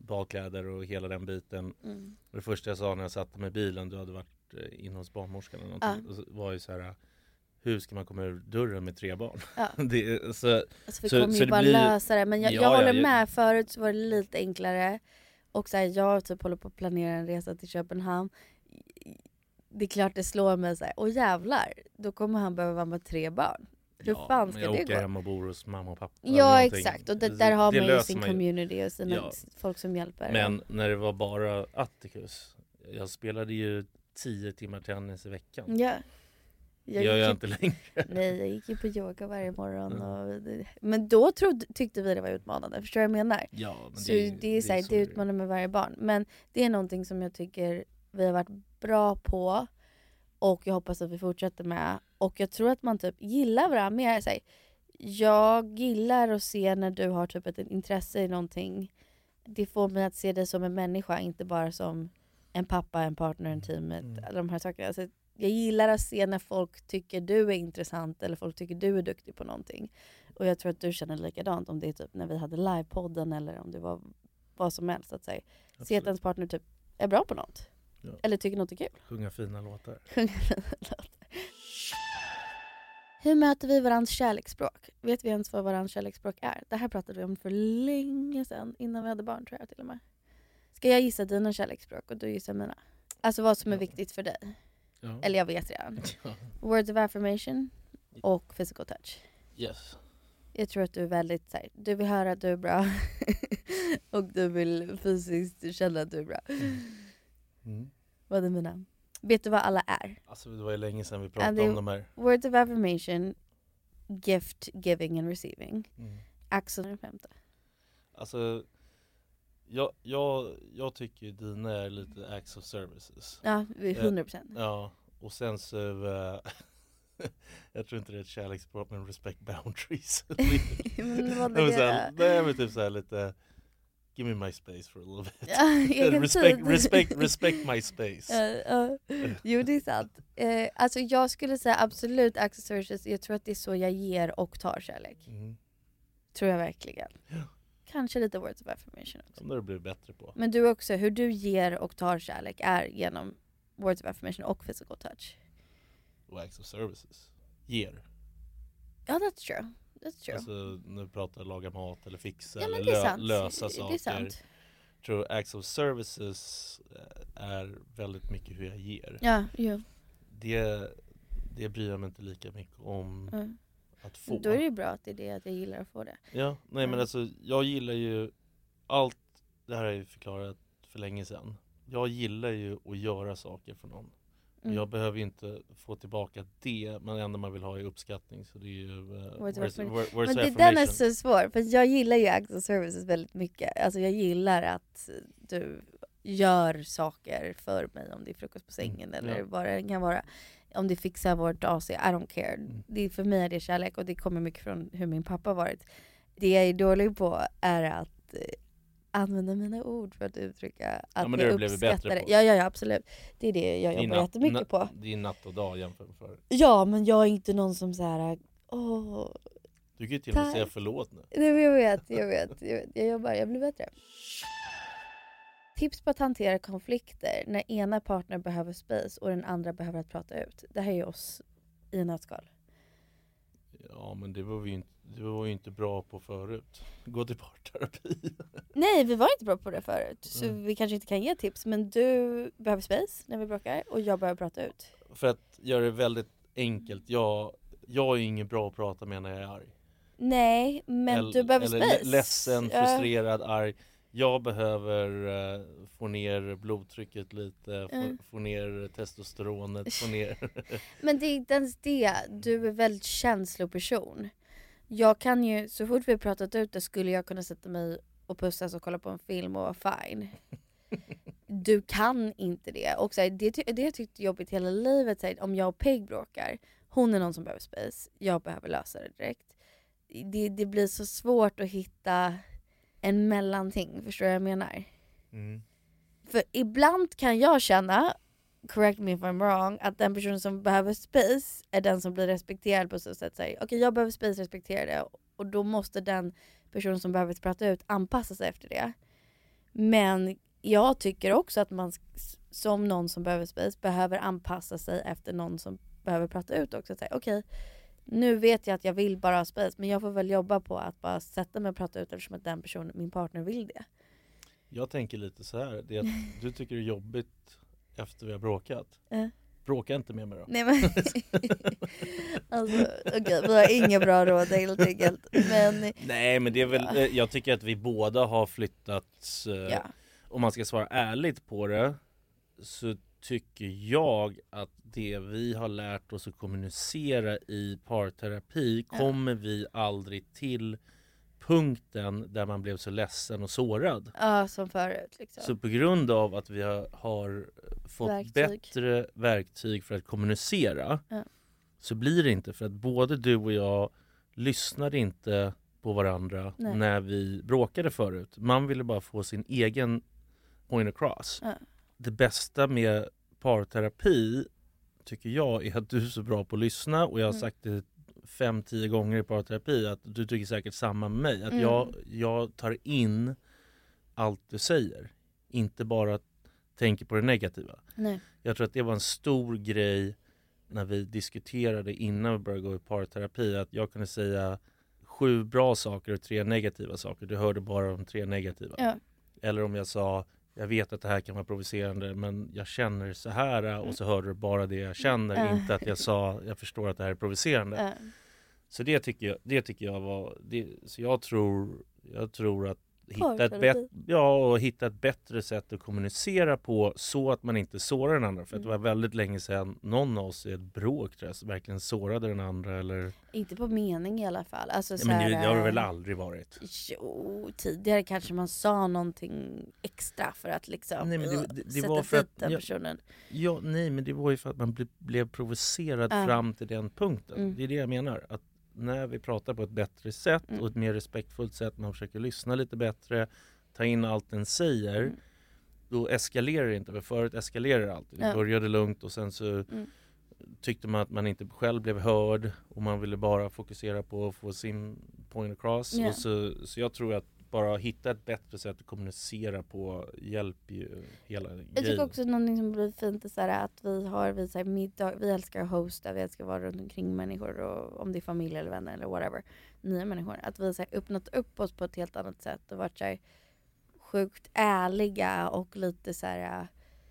badkläder och hela den biten. Mm. Och det första jag sa när jag satte mig i bilen, du hade varit eh, inne hos barnmorskan eller någonting, Ja. och så var ju så här, hur ska man komma ur dörren med tre barn? Ja. det, så, Alltså vi så, kommer så ju det bara blir- lösa det. Men jag, Ja, jag ja, håller jag- med. Förut så var det lite enklare. Och så här, jag typ håller på att planera en resa till Köpenhamn. Det är klart det slår mig så här, åh jävlar, då kommer han behöva vara med tre barn. Hur Ja, fan men ska jag det åker gå? hem och bor hos mamma och pappa. eller Ja någonting. exakt, och det, Det- där har det man ju löser sin man ju. community och sina Ja. folk som hjälper. Men när det var bara Atticus, jag spelade ju tio timmar tennis i veckan. Ja. Det gör jag gick inte ju- längre. Nej, jag gick ju på yoga varje morgon. Mm. Och det, men då trodde, tyckte vi det var utmanande. Förstår du vad jag menar? Ja, men så det, det, är så här, så det utmanar med varje barn. Men det är någonting som jag tycker vi har varit bra på. Och jag hoppas att vi fortsätter med. Och jag tror att man typ gillar varandra mer. Så här, jag gillar att se när du har typ ett intresse i någonting. Det får mig att se dig som en människa. Inte bara som en pappa, en partner, en teammate. Mm. Alla de här sakerna. Alltså, jag gillar att se när folk tycker du är intressant. Eller folk tycker du är duktig på någonting. Och jag tror att du känner likadant. Om det är typ när vi hade livepodden. Eller om det var vad som helst. Att säga. Se att ens partner typ är bra på något. Ja. Eller tycker något är kul. Sjunga fina låtar. Sjunga fina låtar. Hur möter vi varandras kärleksspråk? Vet vi ens vad varandras kärleksspråk är? Det här pratade vi om för länge sedan. Innan vi hade barn tror jag till och med. Ska jag gissa dina kärleksspråk och du gissar mina? Alltså vad som är Ja. viktigt för dig. Ja. Eller jag vet redan. Ja. Words of affirmation och physical touch. Yes. Jag tror att du är väldigt så här, du vill höra att du är bra. Och du vill fysiskt känna att du är bra. Mm. Vad är mina? Vet du vad alla är? Alltså det var ju länge sedan vi Ja, pratade det- om de här. Words of affirmation, gift giving and receiving. Mm. Axel den femte. Alltså, jag, jag, jag tycker ju dina är lite acts of services. Ja, vi är hundra procent. Ja, och sen så... eh, jag tror inte det är ett kärleksspråk, men respect boundaries. Men vad Nej, men är så här, det? det är väl typ så här lite... Give me my space for a little bit. Ja, egen respect, tid. respect, respect my space. Ja, ja. Jo, det är sant. Eh, alltså jag skulle säga absolut acts of services. Jag tror att det är så jag ger och tar kärlek. Mm. Tror jag verkligen. Ja. Kanske lite words of affirmation också. Som det blir bättre på. Men du också, hur du ger och tar kärlek är genom words of affirmation och physical touch. Och acts of services. Ger. Ja, that's true. That's true. Alltså när vi pratar laga mat eller fixa Ja, men eller det är lö- sant. lösa Det saker. är sant. Jag tror acts of services eh, är väldigt mycket hur jag ger. Ja, jo. Det, det bryr jag mig inte lika mycket om Mm. att få. Då är det ju bra att det är det att jag gillar att få det. Ja, nej Mm. men alltså jag gillar ju allt, det här har jag ju förklarat för länge sedan. Jag gillar ju att göra saker för någon. Mm. Jag behöver ju inte få tillbaka det, men det enda man vill ha är uppskattning. Så det är ju uh, Words of words, affirmation. wor- words Men of det, den är affirmation. så svår, för jag gillar ju acts of services väldigt mycket. Alltså jag gillar att du gör saker för mig, om det är frukost på sängen Mm, eller ja. vad det kan vara. Om det fixar vårt A C, I don't care. Mm. Det är, för mig är det kärlek, och det kommer mycket från hur min pappa varit. Det jag är dålig på är att eh, använda mina ord för att uttrycka att Ja, men det jag har du blivit uppskattar bättre det. på. Ja, ja, ja, absolut. Det är det jag Det är jobbar natt- jättemycket natt- på. Det är natt och dag jämfört med förr. Ja, men jag är inte någon som så här, åh, Du kan ju till och med Tack. säga förlåt nu. nej, men jag vet, jag vet, jag vet. Jag jobbar, jag blir bättre. Tips på att hantera konflikter när ena partner behöver space och den andra behöver att prata ut. Det här är ju oss i en nötskal. Ja, men det var vi ju inte, det var ju inte bra på förut. Gå till parterapi. Nej, vi var inte bra på det förut. Så Mm. vi kanske inte kan ge tips. Men du behöver space när vi bråkar och jag behöver prata ut. För att göra det väldigt enkelt. Jag, jag är ingen bra att prata med när jag är arg. Nej, men eller, du behöver eller space. le- ledsen, Ja. frustrerad, arg. Jag behöver uh, få ner blodtrycket lite, få, Mm. få ner testosteronet, få ner... Men det är inte ens det. Du är väldigt känsloperson. Jag kan ju, så fort vi har pratat ut det skulle jag kunna sätta mig och pussas och kolla på en film och vara fine. Du kan inte det. Och så här, det, ty- det har jag tyckt är jobbigt hela livet. Så här, om jag och Peg bråkar, hon är någon som behöver space, jag behöver lösa det direkt. Det, det blir så svårt att hitta en mellanting, förstår du vad jag menar? Mm. För ibland kan jag känna, correct me if I'm wrong, att den personen som behöver space är den som blir respekterad på så sätt. Okej, okay, jag behöver space, respektera det. Och då måste den personen som behöver prata ut anpassa sig efter det. Men jag tycker också att man som någon som behöver space behöver anpassa sig efter någon som behöver prata ut också. Okej, okay, nu vet jag att jag vill bara ha space, men jag får väl jobba på att bara sätta mig och prata ut eftersom att den personen, min partner, vill det. Jag tänker lite så här, det är att du tycker det är jobbigt efter vi har bråkat. Uh. Bråka inte med mig då. Nej, men alltså, okay, vi har inga bra råd helt enkelt. Men nej, men det är väl, ja. Jag tycker att vi båda har flyttat. Ja. Om man ska svara ärligt på det, så tycker jag att det vi har lärt oss att kommunicera i parterapi ja. kommer vi aldrig till punkten där man blev så ledsen och sårad. Ja, som förut. Liksom. Så på grund av att vi har, har fått verktyg. bättre verktyg för att kommunicera ja. så blir det inte, för att både du och jag lyssnade inte på varandra Nej. när vi bråkade förut. Man ville bara få sin egen point across. Ja. Det bästa med parterapi tycker jag är att du är så bra på att lyssna, och jag har mm. sagt det fem, tio gånger i parterapi att du tycker säkert samma med mig. Att mm. jag, jag tar in allt du säger. Inte bara tänker på det negativa. Nej. Jag tror att det var en stor grej när vi diskuterade innan vi började gå i parterapi. Att jag kunde säga sju bra saker och tre negativa saker. Du hörde bara de tre negativa. Ja. Eller om jag sa, jag vet att det här kan vara provocerande, men jag känner så här, och så hörde du bara det jag känner. Mm. Inte att jag sa, jag förstår att det här är provocerande. Mm. Så det tycker jag, det tycker jag var, det, så jag tror, jag tror att hitta ett, bet, ja, och hitta ett bättre sätt att kommunicera på, så att man inte sårar den andra. För mm. att det var väldigt länge sedan någon av oss i ett bråk tror jag, verkligen sårade den andra. Eller... Inte på mening i alla fall. Alltså, ja, så men här, det, det har det väl aldrig varit? Jo, tidigare kanske man sa någonting extra för att liksom nej, men det, det, det sätta var för dit att, den ja, personen. Ja, nej, men det var ju för att man ble, blev provocerad uh. fram till den punkten. Mm. Det är det jag menar. Att när vi pratar på ett bättre sätt mm. och ett mer respektfullt sätt, man försöker lyssna lite bättre, ta in allt den säger, mm. då eskalerar det inte. För förut eskalerar det alltid. Det ja. började lugnt och sen så mm. tyckte man att man inte själv blev hörd och man ville bara fokusera på att få sin point across. Ja. Och så, så jag tror att bara hitta ett bättre sätt att kommunicera på hjälper ju hela grejen. Jag tycker också att någonting som blir fint är så här att vi har vi, så här, middag, vi älskar att hosta, vi älskar att vara runt omkring människor, och om det är familj eller vänner eller whatever, nya människor. Att vi har öppnat upp oss på ett helt annat sätt och varit så här, sjukt ärliga och lite så här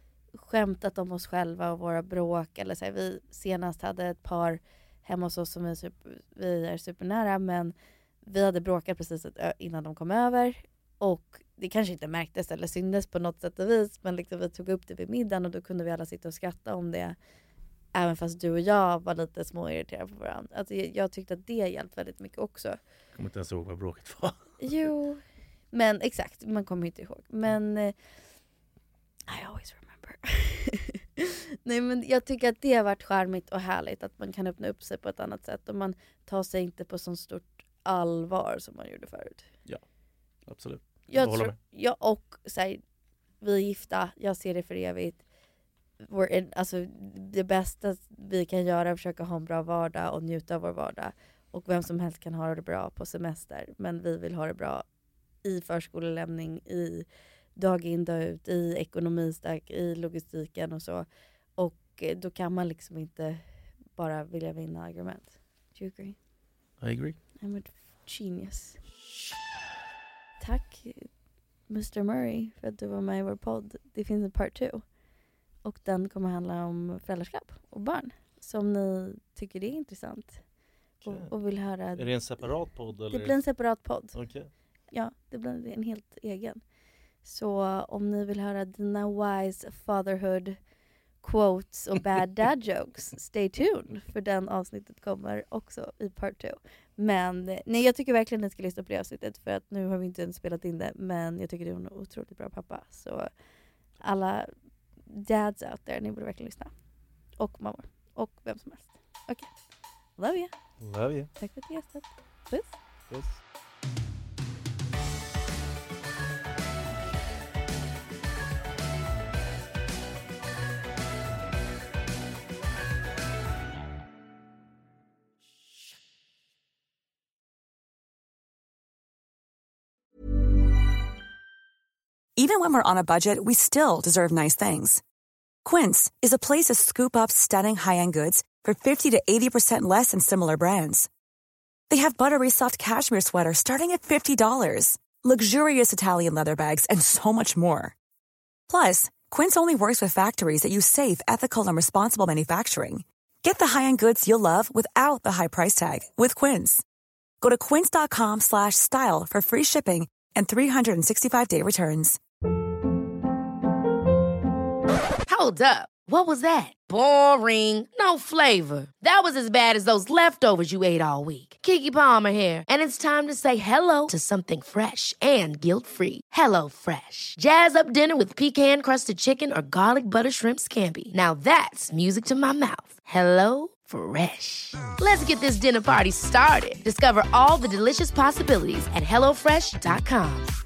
skämtat om oss själva och våra bråk. Eller så här, vi senast hade ett par hemma hos oss som vi, super, vi är supernära, men vi hade bråkat precis innan de kom över, och det kanske inte märktes eller syndes på något sätt och vis, men liksom vi tog upp det vid middagen och då kunde vi alla sitta och skratta om det, även fast du och jag var lite småirriterade på varandra. Alltså, jag, jag tyckte att det hjälpte väldigt mycket också. Jag kommer inte ens ihåg vad bråket var. Jo, men exakt, man kommer inte ihåg. Men eh, I always remember. Nej, men jag tycker att det har varit charmigt och härligt att man kan öppna upp sig på ett annat sätt och man tar sig inte på så stort allvar som man gjorde förut. Ja, absolut. Jag, jag tror, ja, och så här, vi är gifta, jag ser det för evigt. In, alltså, det bästa vi kan göra är att försöka ha en bra vardag och njuta av vår vardag. Och vem som helst kan ha det bra på semester, men vi vill ha det bra i förskolelämning, i dag in, dag ut, i ekonomistack, i logistiken och så. Och då kan man liksom inte bara vilja vinna argument. Do you agree? I agree. I'm a genius. Tack mister Murray för att du var med i vår podd. Det finns en part two. Och den kommer handla om föräldraskap och barn. Så om ni tycker det är intressant och, och vill höra... Är det en separat podd? Eller? Det blir en separat podd. Okay. Ja, det blir en helt egen. Så om ni vill höra dina wise fatherhood quotes och bad dad jokes, stay tuned. För den avsnittet kommer också i part two. Men nej, jag tycker verkligen att ni ska lyssna på det avsnittet. För att nu har vi inte ens spelat in det. Men jag tycker det är en otroligt bra pappa. Så alla dads out there, ni borde verkligen lyssna. Och mammor. Och vem som helst. Okej. Okay. Love you. Love you. Tack för att du gästat. Puss. Puss. Even when we're on a budget, we still deserve nice things. Quince is a place to scoop up stunning high-end goods for fifty to eighty percent less than similar brands. They have buttery soft cashmere sweaters starting at fifty dollars, luxurious Italian leather bags, and so much more. Plus, Quince only works with factories that use safe, ethical, and responsible manufacturing. Get the high-end goods you'll love without the high price tag with Quince. Go to quince.com slash style for free shipping and three sixty-five day returns. Hold up. What was that? Boring. No flavor. That was as bad as those leftovers you ate all week. Keke Palmer here, and it's time to say hello to something fresh and guilt-free. Hello Fresh. Jazz up dinner with pecan-crusted chicken or garlic butter shrimp scampi. Now that's music to my mouth. Hello Fresh. Let's get this dinner party started. Discover all the delicious possibilities at hello fresh dot com.